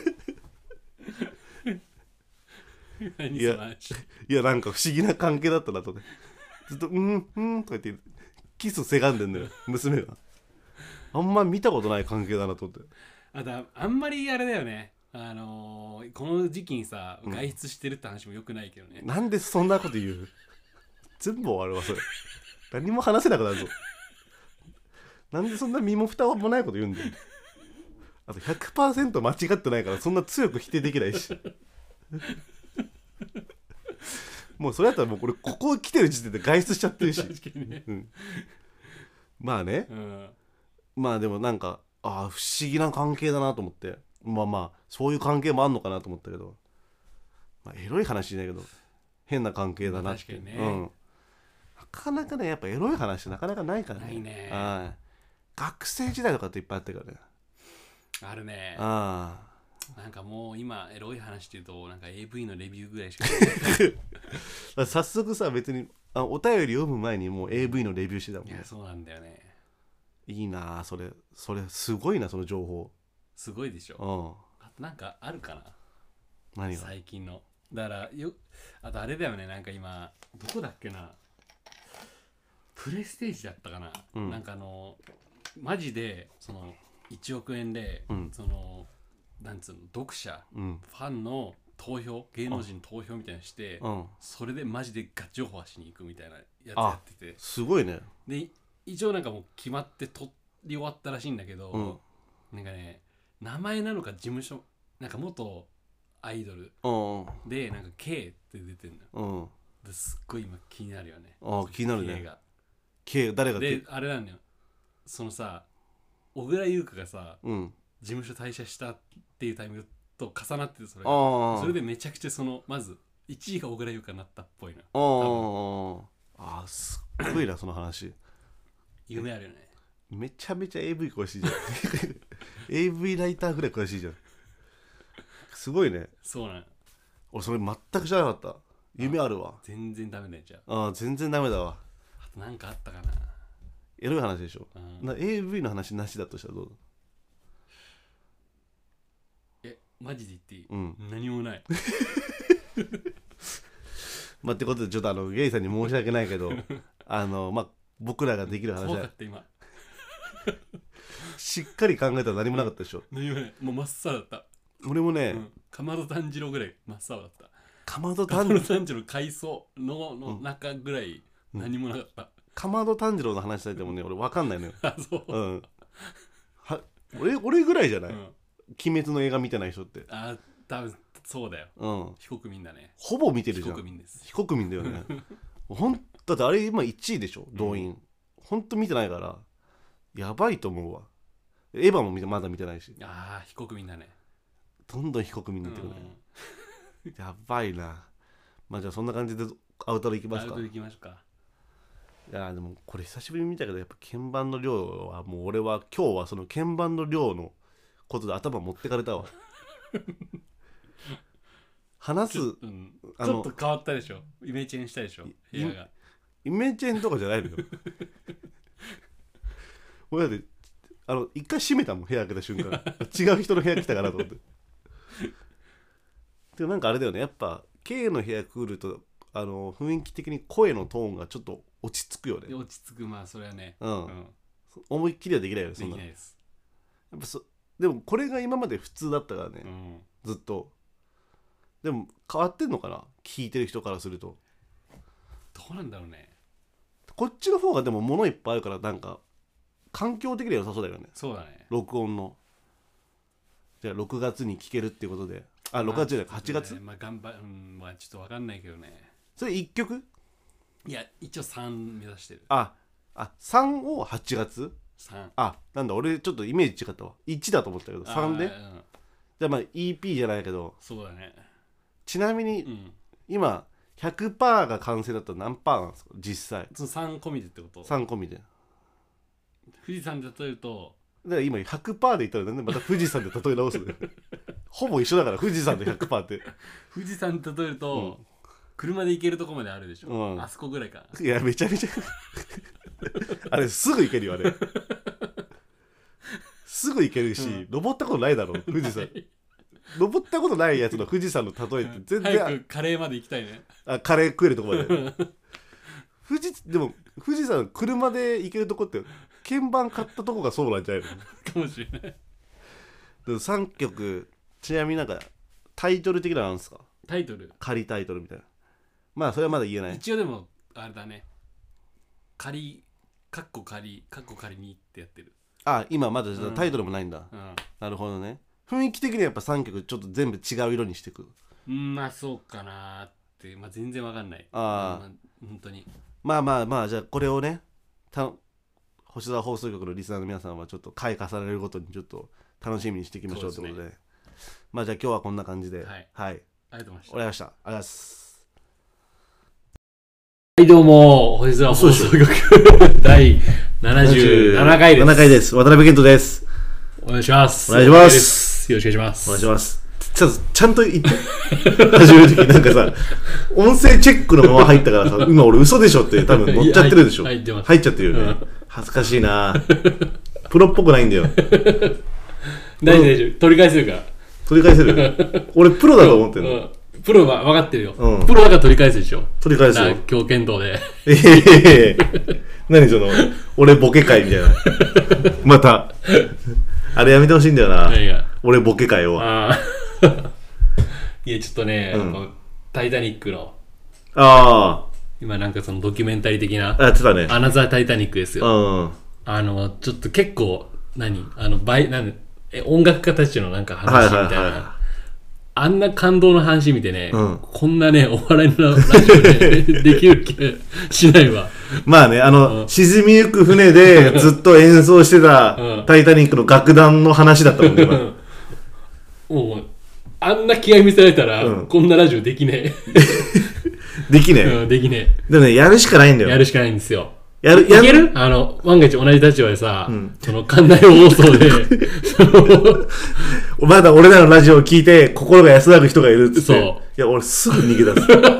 いやいやなんか不思議な関係だったなとねずっとうんうんとか言ってキスせがんでんのよ娘があんま見たことない関係だなと思ってあだあんまりあれだよねあのー、この時期にさ外出してるって話もよくないけどね、 うん、なんでそんなこと言う全部終わるわそれ何も話せなくなるぞなんでそんな身も蓋もないこと言うんだよ。あと ひゃくパーセント 間違ってないからそんな強く否定できないしもうそれだったらもうこれここ来てる時点で外出しちゃってるし確かにね、 うん、まあね、 うん、 まあでもなんかあ不思議な関係だなと思って、まあまあそういう関係もあんのかなと思ったけど、まあ、エロい話じゃないけど変な関係だなって、 確かにね、 うん、なかなかねやっぱエロい話なかなかないからね。 ないね。 あ学生時代とかっていっぱいあったからね。 あるね。 あなんかもう今エロい話っていうとなんか エーブイ のレビューぐらいしかない早速さ別にあお便り読む前にもう エーブイ のレビューしてたもんね。 いやそうなんだよね。 いいなそれそれすごいなその情報。 すごいでしょ。 うん。 あとなんかあるかな。 何が最近のだからよあとあれだよねなんか今どこだっけなプレステージだったかな、うん、なんかあのマジでそのいちおくえんで、うん、そのなんつうの読者、うん、ファンの投票芸能人投票みたいなのして、うん、それでマジでガチ情報しに行くみたいなやつやっててすごいね。 で一応なんかもう決まって取り終わったらしいんだけど、うん、なんかね名前なのか事務所なんか元アイドルでなんか K って出てるのよ、うん、ですっごい今気になるよね。 あ気になるね。 K が K 誰がであれなんだよそのさ小倉優香がさ、うん、事務所退社したっていうタイミングと重なっててそれがそれでめちゃくちゃそのまずいちいが小倉優香になったっぽいな。 ああすっごいなその話夢あるよね。 めちゃめちゃ エーブイ 詳しいじゃんエーブイ ライターぐらい詳しいじゃん。すごいね。 そうなん俺それ全く知らなかった。夢あるわ。 全然ダメだよじゃああ全然ダメだわ。 あとなんかあったかな。 エロい話でしょ、うん、な エーブイ の話なしだとしたらどうだ。 えマジで言っていい、うん、何もないまあってことでちょっとあのゲイさんに申し訳ないけどあのまあ僕らができる話は怖かった今しっかり考えたら何もなかったでしょ、 うん、何もないもう真っ青だった。 俺もね、うん、 かまど炭治郎ぐらい真っ青だった。 かまど炭治郎海藻 の, の中ぐらい何もなかった、うん、 かまど炭治郎の話されてもね俺分かんないのよあそう、うん、 は 俺, 俺ぐらいじゃない、うん、鬼滅の映画見てない人って。 あ多分そうだよ、うん、非国民だね。 ほぼ見てるじゃん。 非国民です。 非国民だよねほんだってあれ今いちいでしょ動員、うん、ほんと見てないからやばいと思うわ。エヴァも見てまだ見てないし。 ああ非国民だね。 どんどん非国民になってくるね、うん、やばいな。まあじゃあそんな感じでアウトロ行きますか。 アウトロ行きましょうか。 いやでもこれ久しぶりに見たけどやっぱ鍵盤の量はもう俺は今日はその鍵盤の量のことで頭持ってかれたわ話すち ょ,、うん、ちょっと変わったでしょ。イメチェンしたでしょ部屋が。 イメチェンとかじゃないのよ俺だってあの一回閉めたもん部屋開けた瞬間違う人の部屋来たかなと思ってでもなんかあれだよねやっぱ K の部屋来るとあの雰囲気的に声のトーンがちょっと落ち着くよね。 落ち着くまあそれはね、 うんうん、思いっきりはできないよね。そんなできないです。 やっぱそでもこれが今まで普通だったからね、うん、ずっと。でも変わってんのかな聞いてる人からすると。 どうなんだろうね。 こっちの方がでも物いっぱいあるからなんか環境的には良さそうだよね。 そうだね。 録音のじゃあろくがつに聞けるっていうことで、あろくがつじゃないはちがつ、 まあ頑張うんまあちょっと分かんないけどね。 それいっきょく？ いや一応さん目指してる。 ああさんをはちがつ？ さん。 あなんだ俺ちょっとイメージ違ったわ。いちだと思ったけどさんで、うん、じゃあまあ イーピー じゃないけど。 そうだね。 ちなみに、うん、今 ひゃくパーセント が完成だったら何パーなんですか実際。 そのさん込みでってこと？ さん込みで。 富士山で例えるとだから今 ひゃくパーセント で言ったらなんでまた富士山で例え直すのほぼ一緒だから富士山と ひゃくパーセント って富士山で例えると、うん、車で行けるとこまであるでしょ、うん、あそこぐらいか。 いやめちゃめちゃあれすぐ行けるよあれすぐ行けるし、うん、登ったことないだろ富士山登ったことないやつの富士山の例えって全然早くカレーまで行きたいね。 あカレー食えるとこまで富士でも富士山車で行けるとこって鍵盤買ったとこがそうなんじゃないのかもしれない。でもさんきょくちなみになんかタイトル的なのあるんですか？ タイトル仮タイトルみたいな。まあそれはまだ言えない。 一応でもあれだね仮カッコ仮カッコ仮にってやってる。 あ今まだタイトルもないんだ、 うん、 なるほどね。雰囲気的にはやっぱさんきょくちょっと全部違う色にしていく。 うんまあそうかなって、まあ、全然わかんない。 あ、 まあ、本当にまあまあまあじゃあこれをねた星空放送局のリスナーの皆さんはちょっと回重ねるごとにちょっと楽しみにしていきましょうということで、まあじゃあ今日はこんな感じで、はい、はい、 ありがとうございました。 お願いしました。ありがとうございます。 はいどうも星空放送局だいななじゅうななかいです。 ななかいです。渡辺健人です。 お願いします。 お願いします。 よろしくお願いします。 お願いします。ちょっとちゃんと言って始めるときなんかさ音声チェックのまま入ったからさ今俺嘘でしょって多分乗っちゃってるでしょ。 入ってます。 入っちゃってるよね、うん、恥ずかしいなプロっぽくないんだよ大丈夫大丈夫取り返せるから取り返せる俺プロだと思ってるの、うん、 プロは分かってるよ、うん、プロだから取り返すでしょ。 取り返すよ今日剣道でえへへ何その俺ボケ会みたいなまたあれやめてほしいんだよな。俺ボケ会をあいやちょっとね、うん、タイタニックのあ今なんかそのドキュメンタリー的なやってたね。 アナザータイタニックですよ、 うん、 あのちょっと結構何あのバイなんえ音楽家たちのなんか話みたいな、はいはいはい、あんな感動の話見てね、うん、こんなねお笑いのラジオでできる気がしないわまあねあの、うん、沈みゆく船でずっと演奏してたタイタニックの楽団の話だったもんね、うん、 もうあんな気合い見せられたら、うん、こんなラジオできねえできねえ、 うん、できねえでもねやるしかないんだよ。 やるしかないんですよ。 やるやるいけるあの万が一同じ立場でさ、うん、その館内放送でまだ俺らのラジオを聞いて心が安らぐ人がいるっつってそういや俺すぐ逃げ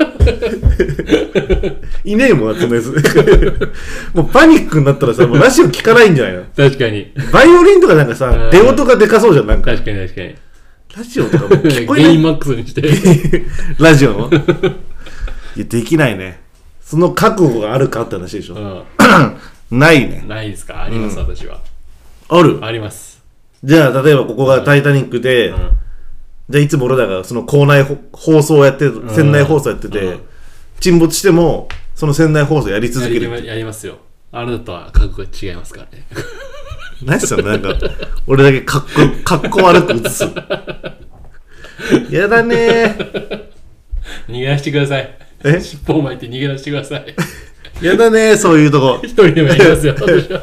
出すいねえもんなこのやつもうパニックになったらさもうラジオ聞かないんじゃないの。 確かにバイオリンとかなんかさ出音がでかそうじゃん。なんか確かに確かにラジオとかも聞こえないゲインマックスにしてラジオのいやできないね。その覚悟があるかって話でしょ、うん、ないね。 ないですか。あります、うん、私はあるあります。 じゃあ例えばここがタイタニックで、うん、じゃあいつも俺らがその校内放送をやってる、うん、船内放送やってて、うん、沈没してもその船内放送やり続ける。 やり、やりますよ。あなたとは覚悟が違いますからね何すよなんか俺だけかっこかっこ悪く映すやだね逃げ出してください。 え尻尾を巻いて逃げ出してくださいやだねそういうとこ一人でもやりますよ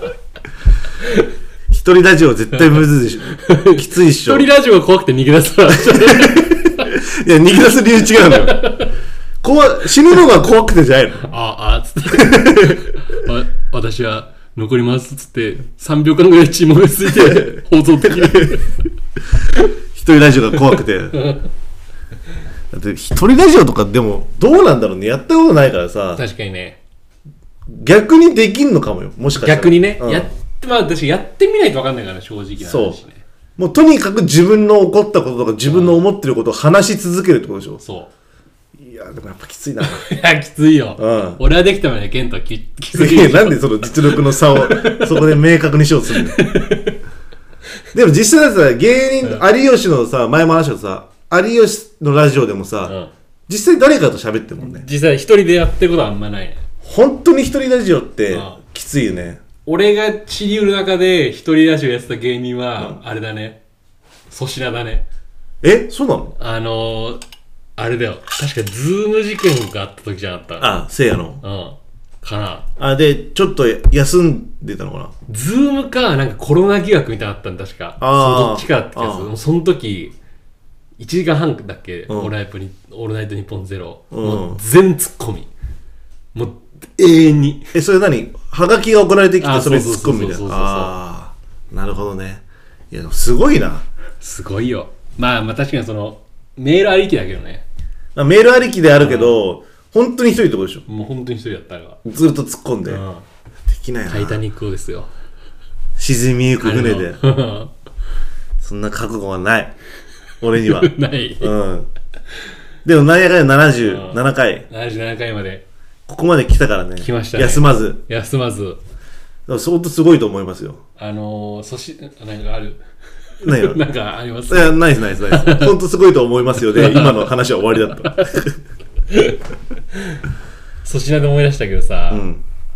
一人ラジオ絶対むずいでしょきついっしょ。 一人ラジオが怖くて逃げ出すからいや逃げ出す理由違うのよ怖死ぬのが怖くてじゃないのああつって私は残りますっつってさんびょうかんぐらい血もめついて放送できる一人ラジオが怖くてだって一人ラジオとかでもどうなんだろうね。やったことないからさ。 確かにね逆にできんのかもよもしかしたら。 逆にね、うん、やってまあ私やってみないと分かんないから正直な話ね。 そうもうとにかく自分の起こったこととか自分の思ってることを話し続けるってことでしょ。 そういやでもやっぱきついないやきついよ、うん、俺はできたもんね。ケントはききついなんでその実力の差をそこで明確にしようとするのでも実際だってさ芸人、うん、有吉のさ前も話したさ有吉のラジオでもさ、うん、実際誰かと喋ってるもんね。 実際一人でやってることはあんまないね。 本当に一人ラジオってきついよね。 俺が知りうる中で一人ラジオやってた芸人は、うん、あれだね粗品だね。 えそうなの。 あのー、あれだよ確かズーム事件があった時じゃなかった。 あせいやのうんかなあでちょっと休んでたのかな。 ズームかなんかコロナ疑惑みたいなのあったんだ確か。あそのどっちかってやつ。その時いちじかんはんだっけ、うん、オールナイトニオールナイトニッポンゼロ、うん、もう全ツッコミもう永遠に。 えそれ何ハガキが送られてきてそれツッコミみたいな。ああなるほどね。いやすごいな。 すごいよ。まあまあ確かにそのメールありきだけどね。 メールありきであるけど、うん、本当に一人ってことでしょ。 もう本当に一人だったらずっと突っ込んで、うん、できないな。 タイタニックをですよ沈みゆく船でそんな覚悟はない俺にはない、 うん、でもなんやかんやななじゅうななかい、 うん、ななじゅうななかいまでここまで来たからね。 来ましたね。 休まず休まず相当すごいと思いますよ。 あのー、そしなんかある何よなんかあります。 いやナイスナイスナイス本当すごいと思いますよで今の話は終わりだった粗品で思い出したけどさ、うん、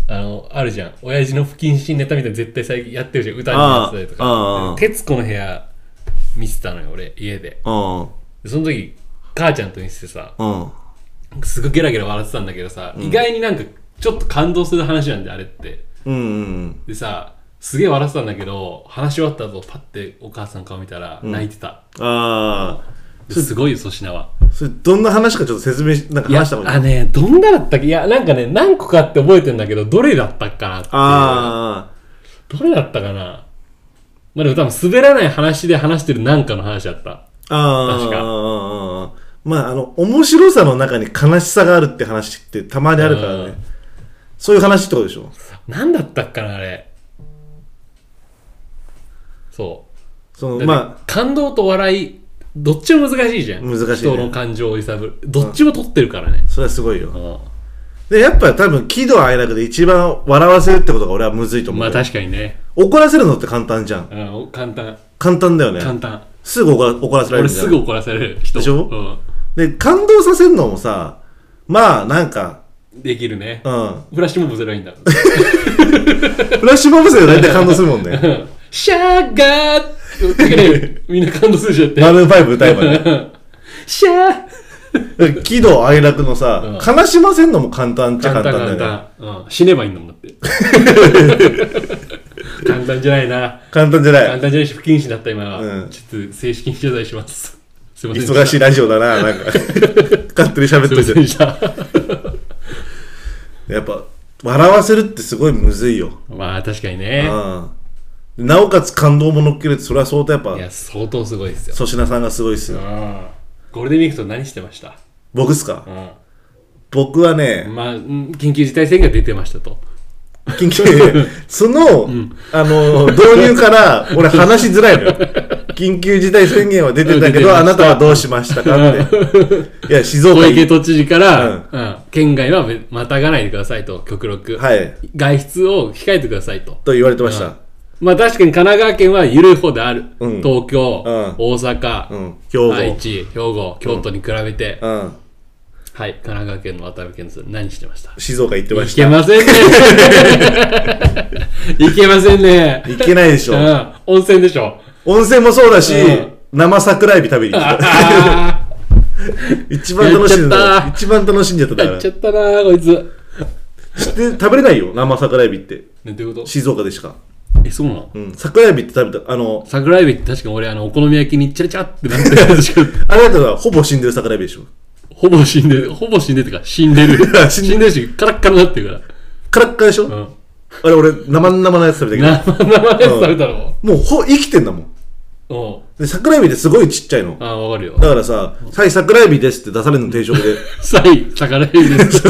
あのあるじゃん親父の不謹慎ネタみたいな絶対最近やってるじゃん歌にやってたりとか徹子の部屋見てたのよ俺家でその時母ちゃんと見ててさすごいゲラゲラ笑ってたんだけどさ、うん、意外になんかちょっと感動する話なんであれって、うんうんうん、でさすげえ笑ってたんだけど話し終わった後パッてお母さんの顔見たら泣いてた、うん、ああすごいよ粗品はそれどんな話かちょっと説明なんか話した方がいい。 いやあねどんなだったっけいやなんかね何個かって覚えてんだけどどれだったかなってあどれだったかなまあでも多分滑らない話で話してるなんかの話だったあ確かあまああの面白さの中に悲しさがあるって話ってたまにあるからねそういう話ってことでしょ。 何だったっかなあれそうそのまあ感動と笑いどっちも難しいじゃん難しい、ね、人の感情を揺さぶるどっちも取ってるからね、 うん、それはすごいよ、うん、でやっぱ多分喜怒哀楽で一番笑わせるってことが俺はむずいと思う。 まあ確かにね怒らせるのって簡単じゃん、 うん、簡単簡単だよね簡単すぐ怒ら、怒らせられるじゃん俺すぐ怒らせられる人でしょ、うん、で感動させるのもさまあなんかできるね、うん、フラッシュモブすればいいんだフラッシュモブすれば大体感動するもんねシャーガーみんな感動するじゃんってマルーンファイブ歌えばねシャー喜怒哀楽のさ、うん、悲しませんのも簡単っちゃ簡単だよね簡単、 うん、死ねばいいんだもんだって簡単じゃないな簡単じゃない簡単じゃないし不謹慎だった今は、うん、ちょっと正式に謝罪しますすいません忙しいラジオだななんか勝手に喋っててやっぱ笑わせるってすごいむずいよ。 まあ確かにね、 うん、なおかつ感動も乗っけるってそれは相当やっぱいや相当すごいですよ。 粗品さんがすごいですよ。 ゴールデンウィークと何してました？ 僕っすか、うん、僕はねまあ緊急事態宣言が出てましたと緊急その、うん、あの導入から俺話しづらいのよ緊急事態宣言は出てたけどあなたはどうしましたかっていや静岡小池都知事から、うんうん、県外はまたがないでくださいと極力、はい、外出を控えてくださいとと言われてました、うん、 まあ確かに神奈川県は緩い方である、うん、東京、うん、大阪、うん、兵庫愛知兵庫京都に比べて、うんうんはい、神奈川県の渡辺県さん何してました？ 静岡行ってました。 行けませんね行けませんね行けないでしょ、うん、 温泉でしょ温泉もそうだし、うん、生桜エビ食べに行った一番楽しんでた一番楽しんじゃったからやっちゃったなこいつ知って食べれないよ生桜エビって、 ね、どういうこと？ 静岡でしかえ、そうなの？ うん、桜エビって食べたあの桜エビって確か俺あのお好み焼きにチャリチャってなってるやつしかあれだったらほぼ死んでる桜エビでしょほぼ死んでる、ほぼ死んでるってか死んでる死んでるしカラッカラになってるからカラッカラでしょ、うん、あれ俺生々のやつ食べたけど生々のやつ食べたの、 うん、もうほ生きてんだもんで桜エビってすごいちっちゃいのああわかるよだからさ「はい桜エビです」って出されるの定食で 「はい桜エビです」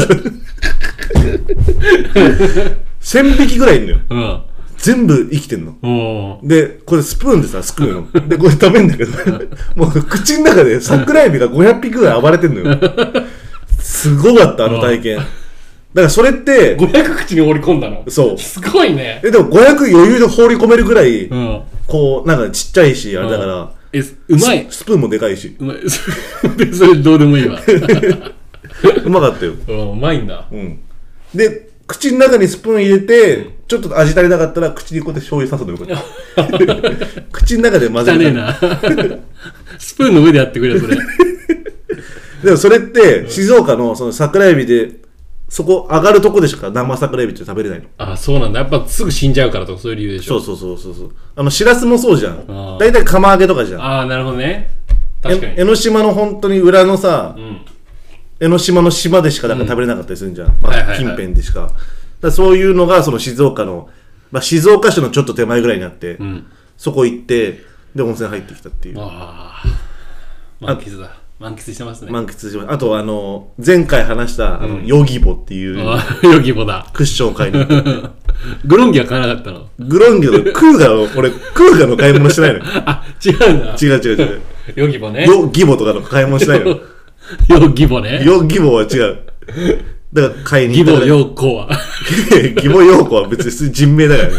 せんびきぐらいいんのよ、うん全部生きてんのでこれスプーンでさすくうのでこれ食べんだけどもう口の中で桜エビがごひゃくぴきぐらい暴れてんのよすごかったあの体験だからそれってごひゃく口に放り込んだのそうすごいねえでもごひゃく余裕で放り込めるぐらい、うん、こうなんかちっちゃいしあれだからえうまいス, スプーンもでかいしうまいそれどうでもいいわうまかったようまいんだ、 うん、で口の中にスプーン入れてちょっと味足りなかったら口にこうやって醤油さすのよ口の中で混ぜる汚ねえなスプーンの上でやってくれよそれでもそれって静岡のその桜エビでそこ上がるとこでしか生桜エビって食べれないのあそうなんだやっぱすぐ死んじゃうからとかそういう理由でしょそうそうそうそうあのしらすもそうじゃん大体釜揚げとかじゃんああなるほどね確かに江ノ島の本当に裏のさ、うん、江ノ島の島でしかなんか食べれなかったりするんじゃん、うんまあ、近辺でしか、だそういうのがその静岡の、まあ、静岡市のちょっと手前ぐらいになって、うん、そこ行ってで温泉入ってきたっていうあ満喫だ満喫してますね満喫してますあとあの前回話したあの、うん、ヨギボっていうヨギボだクッションを買いに行ってグロンギは買わなかったのグロンギのクーガの俺クーガの買い物してないのあ違うんだ違う違う違うヨギボねヨギボとかの買い物してないのヨギボねヨギボは違うだから買いに行ったギボヨーコはギボヨーコは別に人名だからね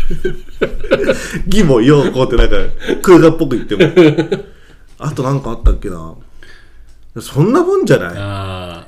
ギボヨーコってなんかクーガっぽく言ってもあとなんかあったっけなそんなもんじゃないあ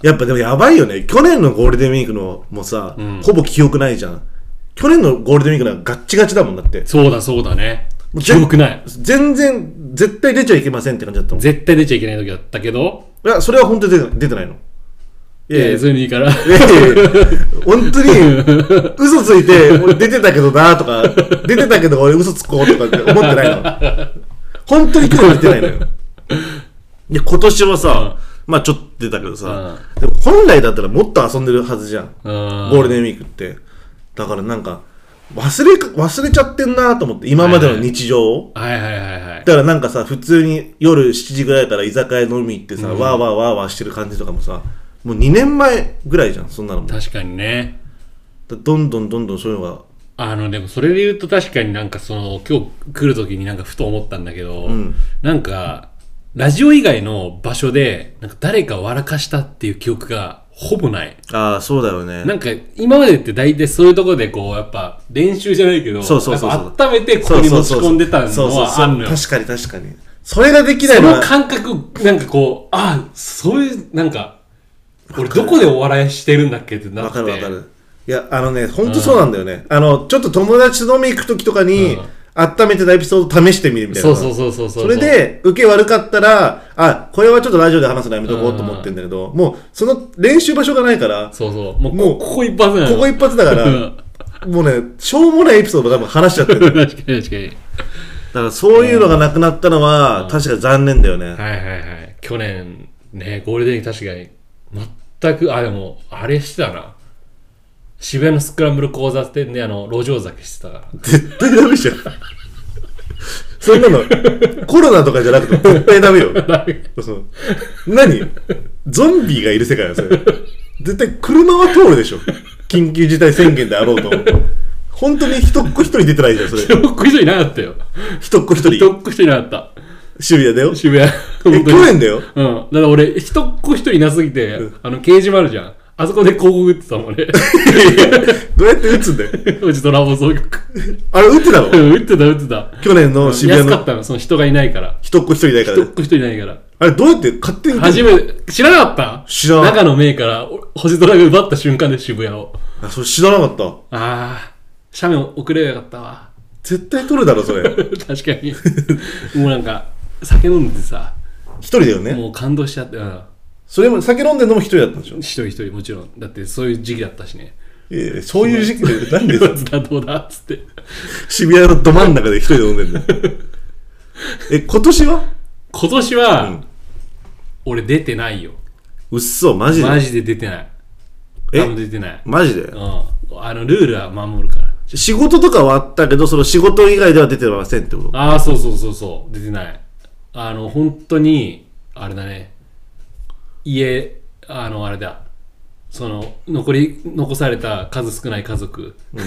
やっぱでもやばいよね。去年のゴールデンウィークのもさ、うん、ほぼ記憶ないじゃん。去年のゴールデンウィークなんかガッチガチだもんだって。 そうだそうだね。記憶ない。 全然絶対出ちゃいけませんって感じだったもん。 絶対出ちゃいけない時だったけど、 いやそれは本当に出て、出てないの。 いやいや、そういうのいいから。いやいや本当に嘘ついて俺出てたけどなとか出てたけど俺嘘つこうとかって思ってないの。本当に去年出てないのよ。で今年はさ、まあちょっと出たけどさ、でも本来だったらもっと遊んでるはずじゃん、ゴールデンウィークって。だからなんか忘れ忘れちゃってんなと思って、今までの日常を。 はいはいはいはい。 だからなんかさ、普通に夜しちじぐらいから居酒屋飲み行ってさ、うん、わーわーわーわーしてる感じとかもさ、もうにねんまえぐらいじゃん、そんなのも。 確かにね。 どんどんどんどんそういうのが。 あのでもそれで言うと確かになんかその今日来る時になんかふと思ったんだけど、うん、なんかラジオ以外の場所でなんか誰か笑かしたっていう記憶がほぼない。 ああそうだよね。 なんか今までって大体そういうところでこうやっぱ練習じゃないけど、 そうそうそうそう、 温めてここに持ち込んでたのはあるのよ。 確かに確かに。それができないのはその感覚なんかこう、ああそういうなんか俺どこでお笑いしてるんだっけってなって。 わかるわかる。いやあのね本当そうなんだよね、うん、あのちょっと友達と飲み行く時とかに、うん、温めてたエピソード試してみるみたいな。 そうそうそうそうそう。 それで受け悪かったら、あこれはちょっとラジオで話すのやめとこうと思ってんだけど、うん、もうその練習場所がないから、 そうそうもうもうここ一発だよ。 ここ一発だからもうねしょうもないエピソード多分話しちゃってる。 確かに確かに。だからそういうのがなくなったのは、うん、確かに残念だよね。はいはいはい。去年ねゴールデン確かに全くあでもあれしてたな。渋谷のスクランブル交差点であの路上酒してたから。 絶対ダメじゃん。そんなのコロナとかじゃなくて絶対ダメよ。何ゾンビがいる世界よそれ。絶対車は通るでしょ。緊急事態宣言であろうと。本当に一っ子一人出てないじゃんそれ。 一っ子一人いなかったよ。 一っ子一人。 一っ子一人いなかった。 渋谷だよ。 渋谷。 え去年だよ。 うん。だから俺一っ子一人いなすぎて、うん、あの掲示板あるじゃん。あそこで広告打ってたもんね。 どうやって打つんだよ。 うちドラゴン総局。 あれ打ってたの？ 打ってた打ってた。 去年の渋谷の。 安かったのその人がいないから。 一っ子一人いないから。 一っ子一人いないから。 あれどうやって勝手に初め知らなかった？ 知らなかった。 中の名から星空が奪った瞬間で渋谷を。 あそれ知らなかった。ああ斜面送ればよかったわ。 絶対取るだろそれ。 確かに。もうなんか酒飲んでさ。 一人だよね。 もう感動しちゃって。うん。 それも酒飲んでるのも一人だったんでしょ。 一人一人もちろんだってそういう時期だったしね。 えー、そういう時期で何でだどうだっつって渋谷のど真ん中で一人で飲んでるんだ。え今年は？ 今年は、うん、俺出てないよ。 うっそマジで？ マジで出てない。え多分出てない。 マジで？ うん。あのルールは守るから。 仕事とかはあったけどその仕事以外では出てませんってこと？ ああそうそうそうそう出てない。あの本当にあれだね。家あのあれだその残り残された数少ない家族、うん、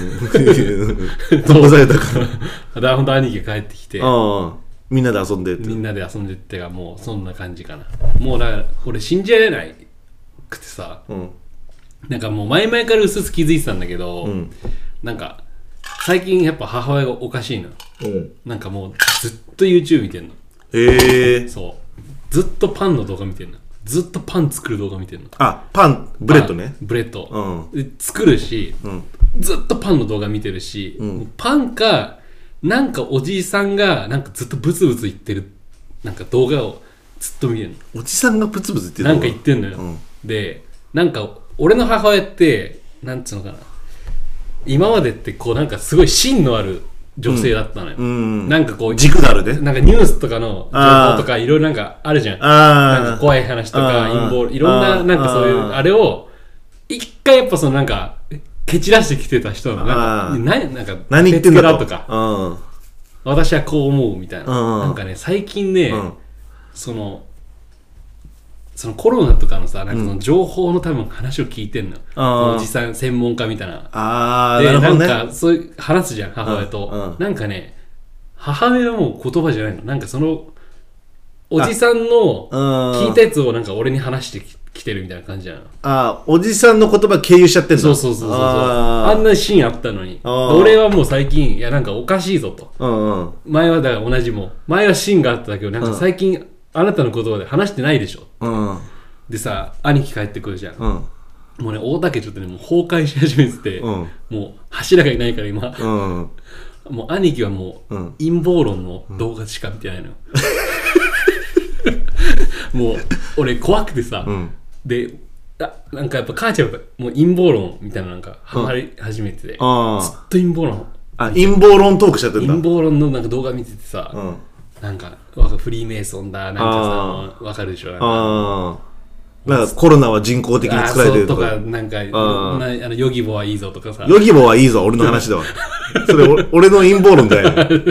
残されたからだ本当兄貴が帰ってきてあみんなで遊んでみんなで遊んでってかもうそんな感じかな。もうだから俺信じられないくてさ、うん、なんかもう前々からうすうす気づいてたんだけど、うん、なんか最近やっぱ母親がおかしいの、うん、なんかもうずっと YouTube 見てんの。 へえ。 そうずっとパンの動画見てんの。ずっとパン作る動画見てるの。 あ、パン、ブレッドね。 ブレッド、うん、作るし、うん、ずっとパンの動画見てるし、うん、パンかなんかおじいさんがなんかずっとブツブツ言ってるなんか動画をずっと見てるの。 おじさんがブツブツ言ってるなんか言ってんのよ、うん、でなんか俺の母親ってなんつうのかな、今までってこうなんかすごい芯のある女性だったのよ、うんうん、なんかこう軸があるね。 なんかニュースとかの情報とかいろいろなんかあるじゃん。なんか怖い話とか陰謀いろんななんかそういうあれを一回やっぱそのなんか蹴散らしてきてた人のなんか何なんか何言ってんだとか私はこう思うみたいななんかね最近ね、うん、そのそのコロナとかのさなんかその情報の多分話を聞いてんの、うん、おじさん専門家みたいな。 あでな、ね、 なんかそういう話すじゃん母親と、うんうん、なんかね母親はもう言葉じゃないの。なんかそのおじさんの聞いたやつをなんか俺に話してきてるみたいな感じじゃん。 あおじさんの言葉経由しちゃってんだ。 そうそうそうそうそう あ, あんなシーンあったのに俺はもう最近いやなんかおかしいぞと、うんうん、前はだから同じも前はシーンがあったけどなんか最近、うんあなたの言葉で話してないでしょ、うん、 でさ兄貴帰ってくるじゃん、 うんもうね大竹ちょっとねもう崩壊し始めてて、うん、もう柱がいないから今、うん、もう兄貴はもう、うん、陰謀論の動画しか見てないのよ、うん、もう俺怖くてさ、うん、であなんかやっぱ母ちゃんはもう陰謀論みたいななんかハマり始めてて、うん、ずっと陰謀論あ陰謀論トークしちゃってんだ陰謀論のなんか動画見ててさ、うん、なんかフリーメイソンだなんかさわかるでしょなんかあなんかコロナは人工的に作られてるとかとかなんかあなあのヨギボはいいぞとかさヨギボはいいぞ俺の話だわそれ俺の陰謀論だよ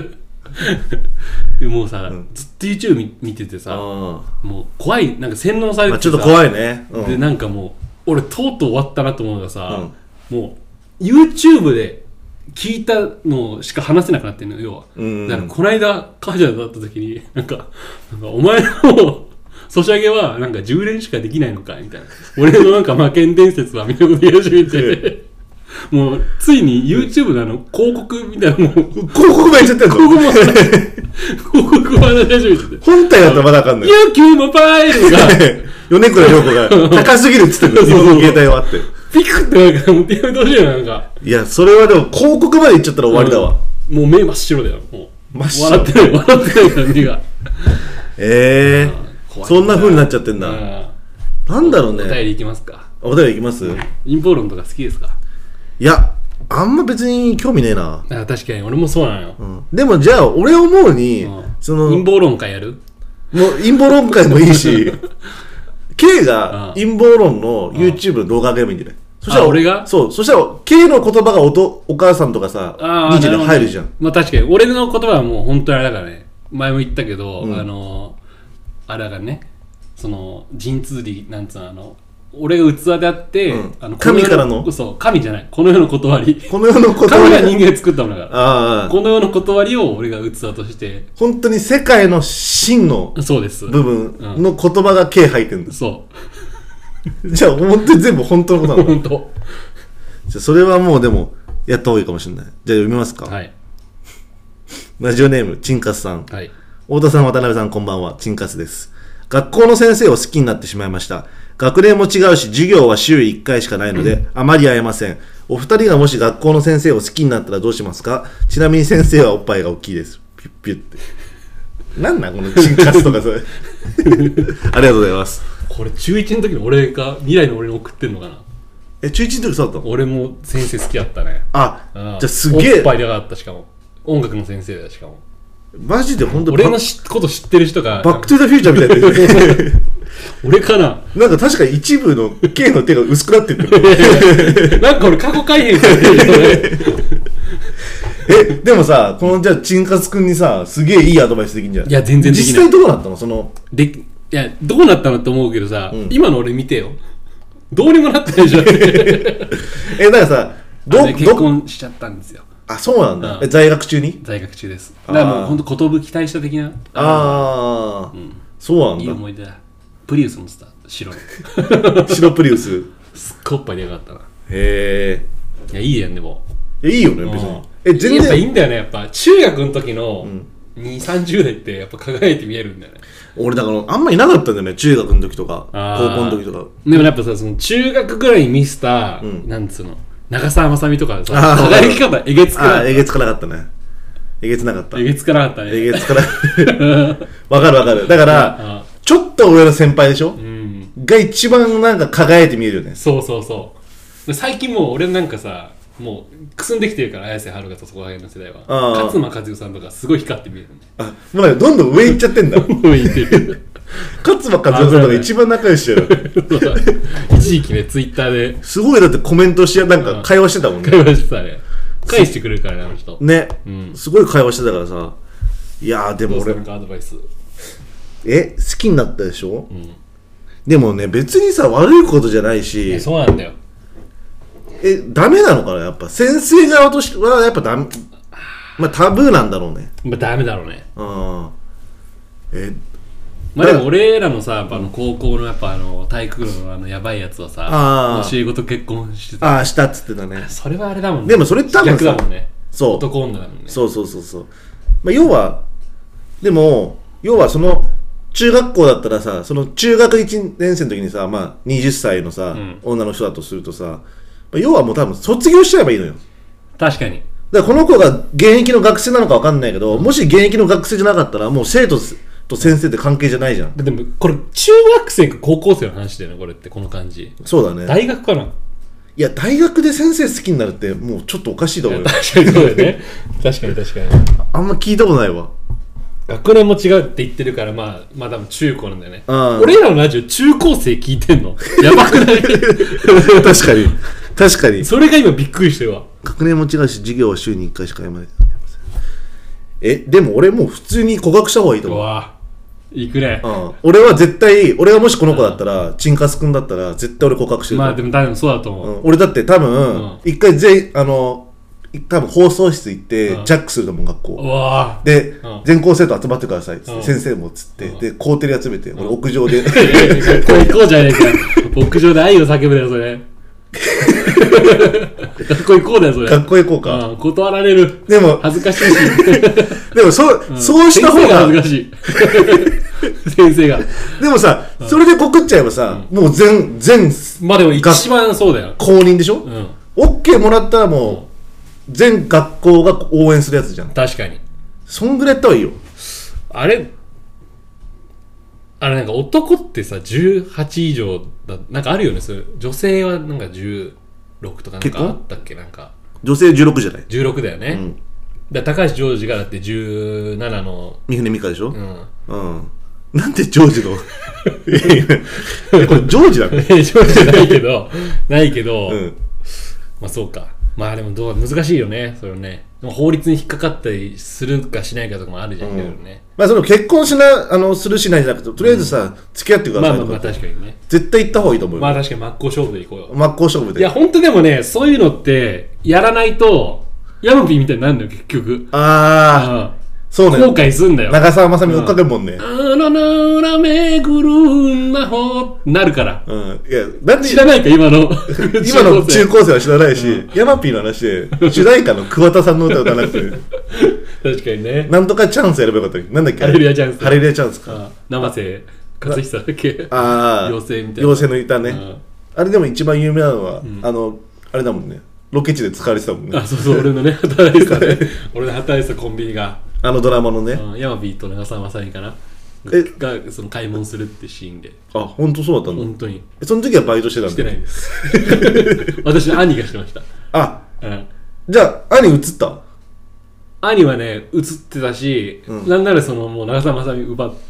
もうさ、うん、ずっと YouTube 見, 見ててさもう怖いなんか洗脳されててさ、まあ、 ちょっと怖いね、うん、 でなんかもう俺とうとう終わったなと思うのがさ、うん、もう YouTube で聞いたのしか話せなくなってんのよ要は、うん、だからこの間母ちゃんだった時になんかなんかお前のソシャゲはなんかじゅう連しかできないのかみたいな俺のなんか魔剣伝説はみたいなこと言い始めてもうついに YouTube のあの広告みたいなもう広告もやっちゃってるの広告も広告も話し始めてて本体だったらまだあかんのよ野球モバイルが米倉涼子が高すぎるっつってたその携帯はあってピクってなんかもう手を通しよなんかいやそれはでも広告までいっちゃったら終わりだわ、 うん、もう目真っ白だよもう真っ白笑ってない笑ってないから目がええーそんな風になっちゃってんだ。なんだろうね。 お便りいきますか。 お便りいきます。 陰謀論とか好きですか。 いや、あんま別に興味ねえな。 あ確かに俺もそうなのよ。 うん、でもじゃあ俺思うに、うん、その陰謀論会やる？ もう陰謀論会もいいし、K が陰謀論の YouTube の動画上げればいいんじゃない？そしたら俺がそうそしたら K の言葉がおとお母さんとかさにじで入るじゃん。 まあ確かに俺の言葉はもう本当にあれだからね。前も言ったけど、うん、あの。あれがねその神通力なんつうのあの俺が器であって、うん、あの神からのそう神じゃないこの世の断りこの世の断り神が人間作ったものだからこの世の断りを俺が器として本当に世界の真の部分の言葉が K 入ってるんだ、うん、 そうじゃあ本当に全部本当のことなの本当じゃあそれはもうでもやった方がいいかもしれないじゃあ読みますかはいラジオネームチンカスさんはい太田さん渡辺さんこんばんはチンカスです。学校の先生を好きになってしまいました。学年も違うし授業は週いっかいしかないので、うん、あまり会えません。お二人がもし学校の先生を好きになったらどうしますか。ちなみに先生はおっぱいが大きいです。ピュッピュッってなんなんこのチンカスとかそれありがとうございます。 これ中いちの時の俺が未来の俺に送ってんのかな。 え中いちの時そうだったの。 俺も先生好きだったね。 ああじゃあすげえおっぱいでかかったしかも音楽の先生だしかもマジで本当俺のこと知ってる人がバックトゥザフューチャーみたいな俺かななんか確か一部の K の手が薄くなってるなんか俺過去改変されてるえでもさこのじゃあチンカスくんにさすげえいいアドバイスできんじゃん。 いや全然できない。 実際どうなったのそのでいやどうなったのって思うけどさ、うん、今の俺見てよどうにもなってないじゃんえだからさどあ、ね、結婚しちゃったんですよ。 あそうなんだ、うん、え在学中に在学中です。だからもうほんと寿期待した的なああ、うん、そうなんだ。 いい思い出だ。プリウス乗ってた白の白プリウスすっごいおっぱいでかかったな。 へえいやいいやんでもいいよね別に。え全然やっぱいいんだよね。やっぱ中学の時のにじゅう、さんじゅう代ってやっぱ輝いて見えるんだよね。 俺だからあんまいなかったんだよね中学の時とか高校の時とか。 でもやっぱさその中学ぐらいに見せた、うん、なんつうの長澤まさみとかさ輝き方えげつかなかった。 えげつかなかったね。えげつなかったえげつかなかったね。 えげつかなわかるわかる。だからちょっと上の先輩でしょ、うん、が一番なんか輝いて見えるよね。 そうそうそう最近もう俺なんかさもうくすんできてるから綾瀬はるかとそこら辺の世代は勝間和代さんとかすごい光って見えるね。 あもうなんかどんどん上行っちゃってんだどんどん行ってる勝間和代さんとか一番仲良しやろ一時期ねツイッターですごいだってコメントしやなんか会話してたもんね。 会話してたね返してくれるからねあの人ね、うん、すごい会話してたからさ。いやーでも俺なんかアドバイスえ好きになったでしょ、うん、でもね別にさ悪いことじゃないし。 そうなんだよ。 えダメなのかなやっぱ先生側としてはやっぱダメまあタブーなんだろうね。 まあダメだろうね。 うんえまあでも俺らのさやっぱあの高校のやっぱあの体育のあのやばいやつはさ教え子と結婚してた。 ああしたっつってたね。 それはあれだもんね。 でもそれって多分逆だもんね。 そう男女だもんね。 そうそうそうそう。まあ要はでも要はその中学校だったらさ、その中学いちねん生の時にさ、まあ、はたちのさ、うん、女の人だとするとさ、要はもう多分卒業しちゃえばいいのよ。 確かに。 だからこの子が現役の学生なのか分かんないけど、もし現役の学生じゃなかったらもう生徒と先生って関係じゃないじゃん。 でもこれ中学生か高校生の話だよね、これって。この感じ。 そうだね。 大学かな。 いや大学で先生好きになるってもうちょっとおかしいと思うよ。 確かにそうだよね。確かに確かに。 あんま聞いたことないわ。 学年も違うって言ってるから、まあまあ多分中高なんだよね。俺らのラジオ中高生聞いてんのやばくない？ 確かに確かに。 それが今びっくりしてるわ。 学年も違うし授業は週にいっかいしかやまない。えでも俺もう普通に告白した方がいいと思う。うわいくね、 うん、俺は絶対俺がもしこの子だったら、うん、チンカス君だったら絶対俺告白してる。 まあでも多分そうだと思う、 うん、俺だって多分一、うん、回全あの多分放送室行って、うん、ジャックすると思う学校。うわで、うん、全校生徒集まってくださいっつって、うん、先生もっつって、うん、で校庭で集めて、うん、俺屋上で学校行こうじゃねえか屋上で愛を叫ぶだよそれ学校行こうだよそれ。 学校行こうか、 うん、断られる。でも恥ずかしいしでも そ,、うん、そうした方が恥ずかしい先生がでもさ、うん、それで告っちゃえばさ、うん、もう全全まあでも一番そうだよ公認でしょ、うん、OK もらったらもう、うん、全学校が応援するやつじゃん。 確かにそんぐらいやった方がいいよ。 あれあれなんか男ってさじゅうはち以上だなんかあるよね。それ女性はなんかじゅうろくとかなんかあったっけ。なんか女性じゅうろくじゃない。 じゅうろくだよね、うん、だ高橋ジョージがだってじゅうななの三船美佳でしょ。うん、うん、なんでジョージのこれジョージなのジョージじゃないけどないけど、うん、まあそうか。まあでもどう難しいよねそれね。でも法律に引っかかったりするかしないかとかもあるじゃん、うん、ね。 まあその結婚しなあのするしないじゃなくてとりあえずさ、うん、付き合ってくださいとか。 まあまあまあ確かにね。 絶対行った方がいいと思うよ。 まあ確かに真っ向勝負で行こうよ。 真っ向勝負で。 いや本当でもねそういうのってやらないとヤマピーみたいになるのよ結局。 ああ。そうね。 後悔すんだよ。 長澤まさみ追っかけるもんね。 あののらめぐるんなほなるから。 うん。いや、なんで知らないか今の今の中高生は知らないし、うん、ヤマピーの話で主題歌の桑田さんの歌を歌わなくて。 確かにね。 なんとかチャンスやればよかった。なんだっけ。 ハレルヤチャンス。 ハレルヤチャンスか。 生瀬勝久だっけ。 ああ。 妖精みたいな。 妖精の歌ね。あれでも一番有名なのは、うん、あのあれだもんね。ロケ地で使われてたもんね。 あ、そうそう俺のね働いてたね。俺の働いてたコンビニが。 あのドラマのね、 ヤマピーと長澤まさみかなえがその買い物するってシーンで。 あ、本当そうだったんだ。 本当に。 えその時はバイトしてたんだ。 してないです。私の兄がしてました。 あ、うん、じゃあ兄映った？ 兄はね映ってたし、うん、なんならそのもう長澤まさみ奪って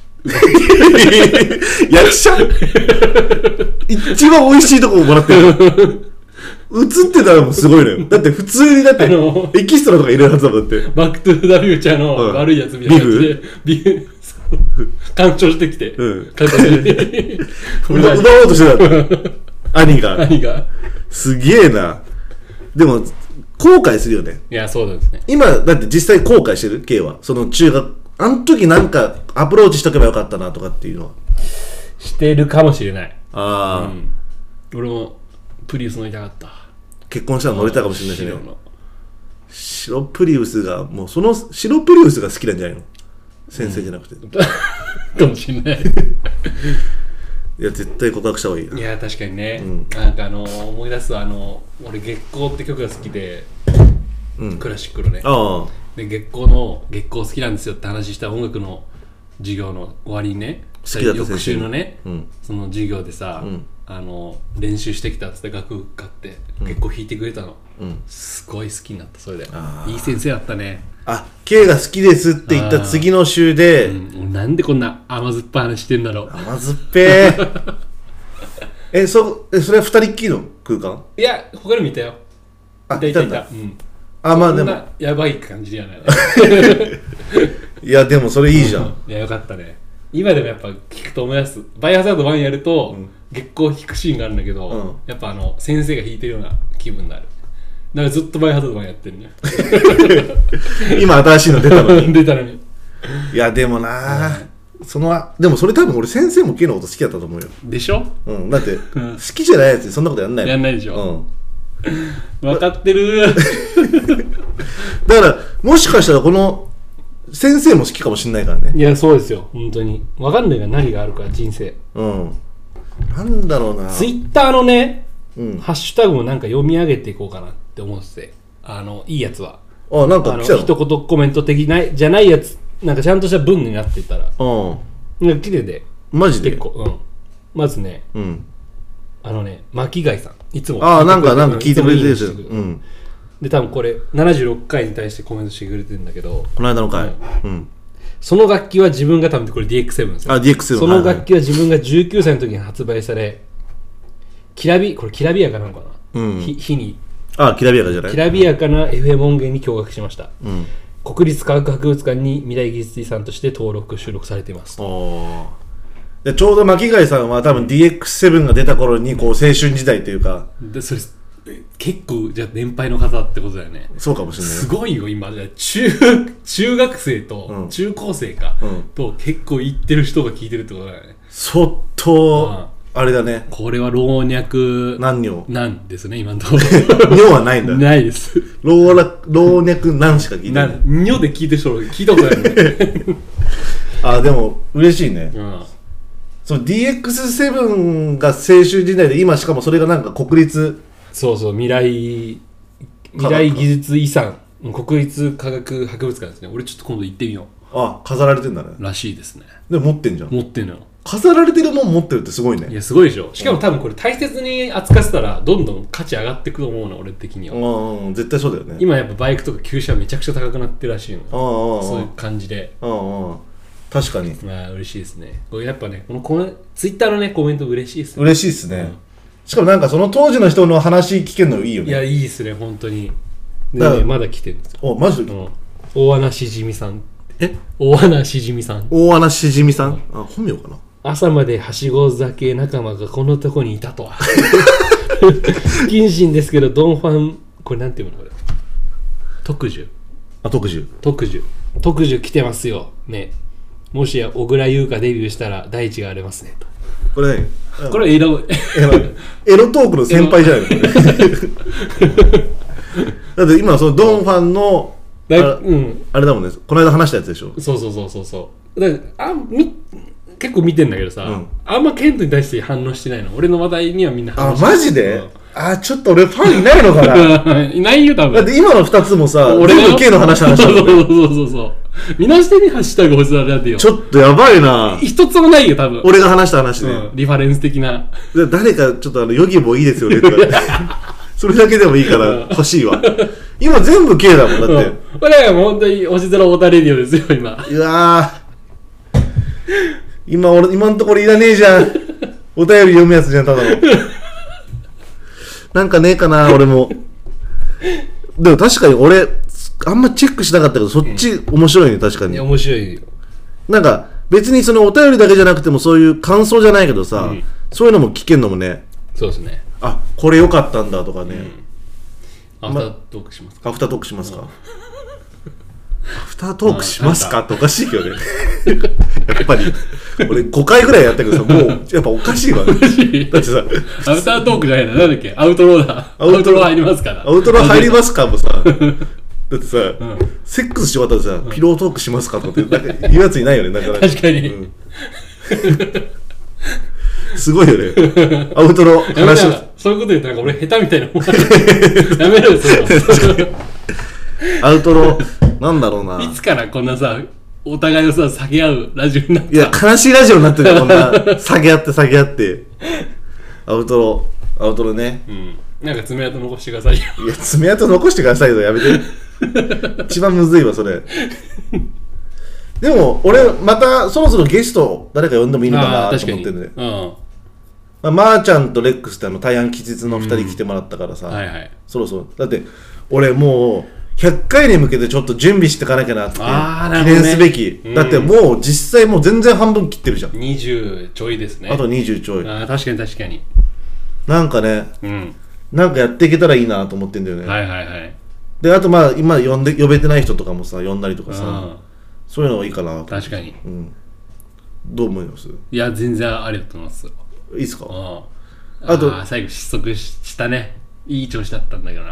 役者一番美味しいとこもらってる。映ってたらもうすごいのよ。だって普通にだってエキストラとか入れるはずだもん。だってバックトゥーザフューチャーの悪いやつみたいな感じでビフ干潮してきて、うん、 奪おうとしてた兄が兄がすげえな。でも後悔するよね。 いやそうですね。 今だって実際後悔してる K はその中学あの時なんかアプローチしとけばよかったなとかっていうのはしてるかもしれない。 ああ、 うん、俺もプリウス乗りたかった。 結婚したら乗れたかもしれないしね。白プリウスがもうその白プリウスが好きなんじゃないの先生じゃなくて、うん、 かもしれないいや絶対告白した方がいいな。 いや確かにね、うん、なんかあの思い出すあの俺月光って曲が好きで、うん、クラシックのね。あで月光の月光好きなんですよって話した音楽の授業の終わりにね好きだった先生翌週のね、 うん、 その授業でさ、うんあの練習してきたっつって楽譜買って結構弾いてくれたの、うん、すごい好きになった。それでいい先生だったね。 あ、K が好きですって言った次の週で、 うん、なんでこんな甘酸っぱい話してんだろう。 甘酸っぺーえ、そ, えそれは二人っきりの空間？ いや他にもいたよ。 あ、いたいたいた、 うん、 あ、まあでもやばい感じじゃないいやでもそれいいじゃん、うん、 いやよかったね。今でもやっぱ聞くと思い出す。バイオハザードワンやると、うん月光弾くシーンがあるんだけど、うん、やっぱあの先生が弾いてるような気分になる。だからずっとバイオハザードワンやってるね今新しいの出たのに出たのに。 いやでもな、うん、そのでもそれ多分俺先生も K のこと好きだったと思うよ。 でしょ、 うん、だって好きじゃないやつにそんなことやんないやんないでしょ、うん、分かってるだからもしかしたらこの先生も好きかもしんないからね。 いやそうですよ本当に分かんないが何があるか人生。 うんなんだろうな。 ツイッターのね、 うん、 ハッシュタグもなんか読み上げていこうかなって思ってて、あのいいやつはあなんか来たの一言コメント的なじゃないやつなんかちゃんとした文になっていたらうんなんか来ててマジで結構、うん、まずね、うん、あのね巻貝さんいつもああなんかなんか聞いてくれてるんですよ、うん、 で多分これななじゅうろっかいに対してコメントしてくれてるんだけどこの間の回、 うんうんその楽器は自分が多分これ ディーエックスセブン ですよ。 あ ディーエックスセブンその楽器は自分がじゅうきゅうさいの時に発売され、きらびこれきらびやかなのかな、うん、ひ日にあきらびやかじゃないきらびやかな エフエム 音源に驚愕しました、 うん、 国立科学博物館に未来技術遺産として登録収録されています。 おでちょうど巻貝さんは多分 ディーエックスセブン が出た頃にこう青春時代というかでそれ結構じゃあ年配の方ってことだよね。 そうかもしれない。 すごいよ今中中学生と中高生か、うん、と結構行ってる人が聞いてるってことだよね。 相当あれだね。 これは老若男女なんですね今のところ。 女はないんだ。 ないです。 老若老若男しか聞いてない。 女で聞いてる人聞いたことないね。 あでも嬉しいね。 うんその ディーエックスセブン が青春時代で今しかもそれがなんか国立そうそう未来未来技術遺産国立科学博物館ですね。俺ちょっと今度行ってみよう。あ飾られてんだね。 らしいですね。 でも持ってんじゃん。 持ってんのよ。 飾られてるもん持ってるってすごいね。 いやすごいでしょ。しかも多分これ大切に扱ってたらどんどん価値上がってくと思うの俺的には。 うん絶対そうだよね。 今やっぱバイクとか旧車めちゃくちゃ高くなってるらしいの。 あそういう感じで。 あ確かに。 まあ嬉しいですね。これやっぱねこのコメツイッターのねコメント嬉しいですね。 嬉しいですね。うんしかもなんかその当時の人の話聞けるのいいよね。 いやいいですね本当に。でねまだ来てるんですよ。 おマジで、うん、 大穴しじみさん。 え大穴しじみさん。 大穴しじみさん、うん、あ本名かな。 朝まではしご酒仲間がこのとこにいたとは。不謹慎ですけどドンファンこれなんていうのこれ。特需。 あ特需。 特需特需来てますよね。もしや小倉優香デビューしたら大地が荒れますねと。これね。これエロエロトークの先輩じゃないのだって今そのドンファンのあ れ,、うん、あれだもんねこの間話したやつでしょ。 そうそうそうそうそうだからあみ結構見てんだけどさ、うん、あんまケントに対して反応してないの。俺の話題にはみんな反応してない。 あマジで、うん、あちょっと俺ファンいないのかな。 いないよ多分。 だって今のふたつもさ俺の K の話話したの。 そうそうそうそうみなしてにハッシュタグ星空ラジオ。 ちょっとやばいな。 一つもないよ多分。 俺が話した話で、うん、 リファレンス的な。 誰かちょっとあのヨギボいいですよねとかそれだけでもいいから欲しいわ。今全部 K だもんだって、うん、 これはもう本当に星空オタレディオですよ今。 うわ今俺今のところいらねえじゃん。お便り読むやつじゃんただの。なんかねえかな俺も。でも確かに俺あんまチェックしなかったけどそっち面白いね確かに。いや面白いよ。 なんか別にそのお便りだけじゃなくてもそういう感想じゃないけどさ、うん、そういうのも聞けんのもね。 そうですね。 あこれ良かったんだとかね、 うん、アフタートークしますか。 アフタートークしますか。アフタートークしますかっておかしいけどね。やっぱり俺ごかいぐらいやったけどさもうやっぱおかしいわ、ね、だってさアフタートークじゃないのなんだっけアウトローだ。アウトロー入りますからアウトロー入りますかもさだってさ、うん、セックスし終わったらさ、うん、ピロートークしますかとかってなんか言うやついないよね。なんか確かに、うん、 すごいよねアウトロー話をそういうこと言ったら俺下手みたいなもんやめろよそれアウトローなんだろうな。 いつからこんなさお互いをさ下げ合うラジオになった。 いや悲しいラジオになってるよこんな下げ合って下げ合ってアウトローアウトローね、 うん、なんか爪痕残してくださいよ。 いや爪痕残してくださいよやめて一番むずいわそれでも俺またそろそろゲスト誰か呼んでもいいのかなと思ってるんで、うんまあ、まーちゃんとレックスってあの大安吉日のふたり来てもらったからさ、うんはいはい、そろそろだって俺もうひゃっかいに向けてちょっと準備していかなきゃなって記念すべき、ね、だってもう実際もう全然半分切ってるじゃん。 にじゅうちょいですね。 あとにじゅうちょい。 あ確かに確かになんかね、うん、なんかやっていけたらいいなと思ってんだよね。 はいはいはいであとまあ今呼んで呼べてない人とかもさ呼んだりとかさ、うん、そういうのがいいかな。 確かに、 うん、どう思います？ いや全然ありだと思います。 いいっすか？ ああと最後失速したね。いい調子だったんだけどな。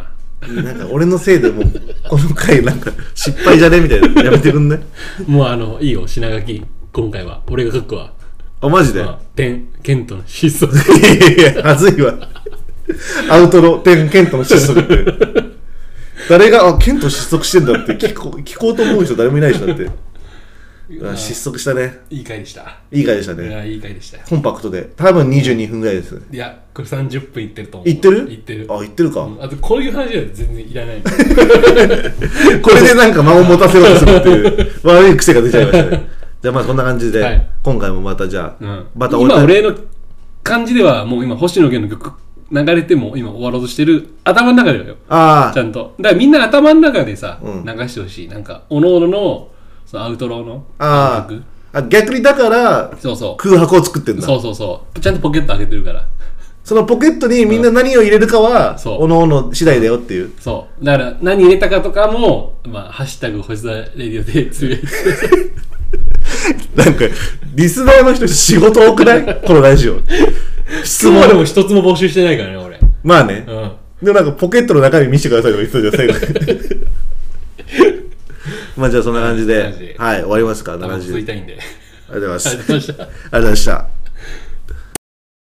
なんか俺のせいでもうこの回なんか失敗じゃねみたいなやめてくんね。 もうあのいいよ品書き今回は俺が書くわ。 あマジで？ ペンケントの失速。 いやいやはずいわ。アウトロペンケントの失速って誰があケント失速してんだって聞こう聞こうと思う人誰もいないでしょだって。失速したね。 いい回でした。 いい回でしたね。 いやいい回でしたよ。 コンパクトで多分にじゅうにふんぐらいです。 いやこれさんじゅっぷんいってると思う。 いってる？ いってる。 あいってるか。 うん、あとこういう話は全然いらない。 これでなんか間を持たせようとするっていう悪い癖が出ちゃいましたね。じゃあまあこんな感じで、はい、今回もまたじゃあ、うん、また今俺の感じではもう今星野源の曲流れても今終わろうとしてる頭の中ではよ。ああ。ちゃんと。だからみんな頭の中でさ、うん、流してほしい。なんかおのおののそのアウトローのああ逆にだからそうそう空白を作ってんだ。 そうそうそうちゃんとポケット開けてるから。 そのポケットにみんな何を入れるかは、うん、おのおの次第だよっていう。 そうだから何入れたかとかもまあハッシュタグ星座レディオでつぶやいてなんかリスナーの人仕事多くないこのラジオ。 質問でも一つも募集してないからね俺。 まあね、うん、でもなんかポケットの中身見せてくださいとか言ってたじゃん最後まあじゃあそんな感じで、はい終わりますか。ななじゅう。 続いたいんで。 ありがとうございます。ありがとうございました。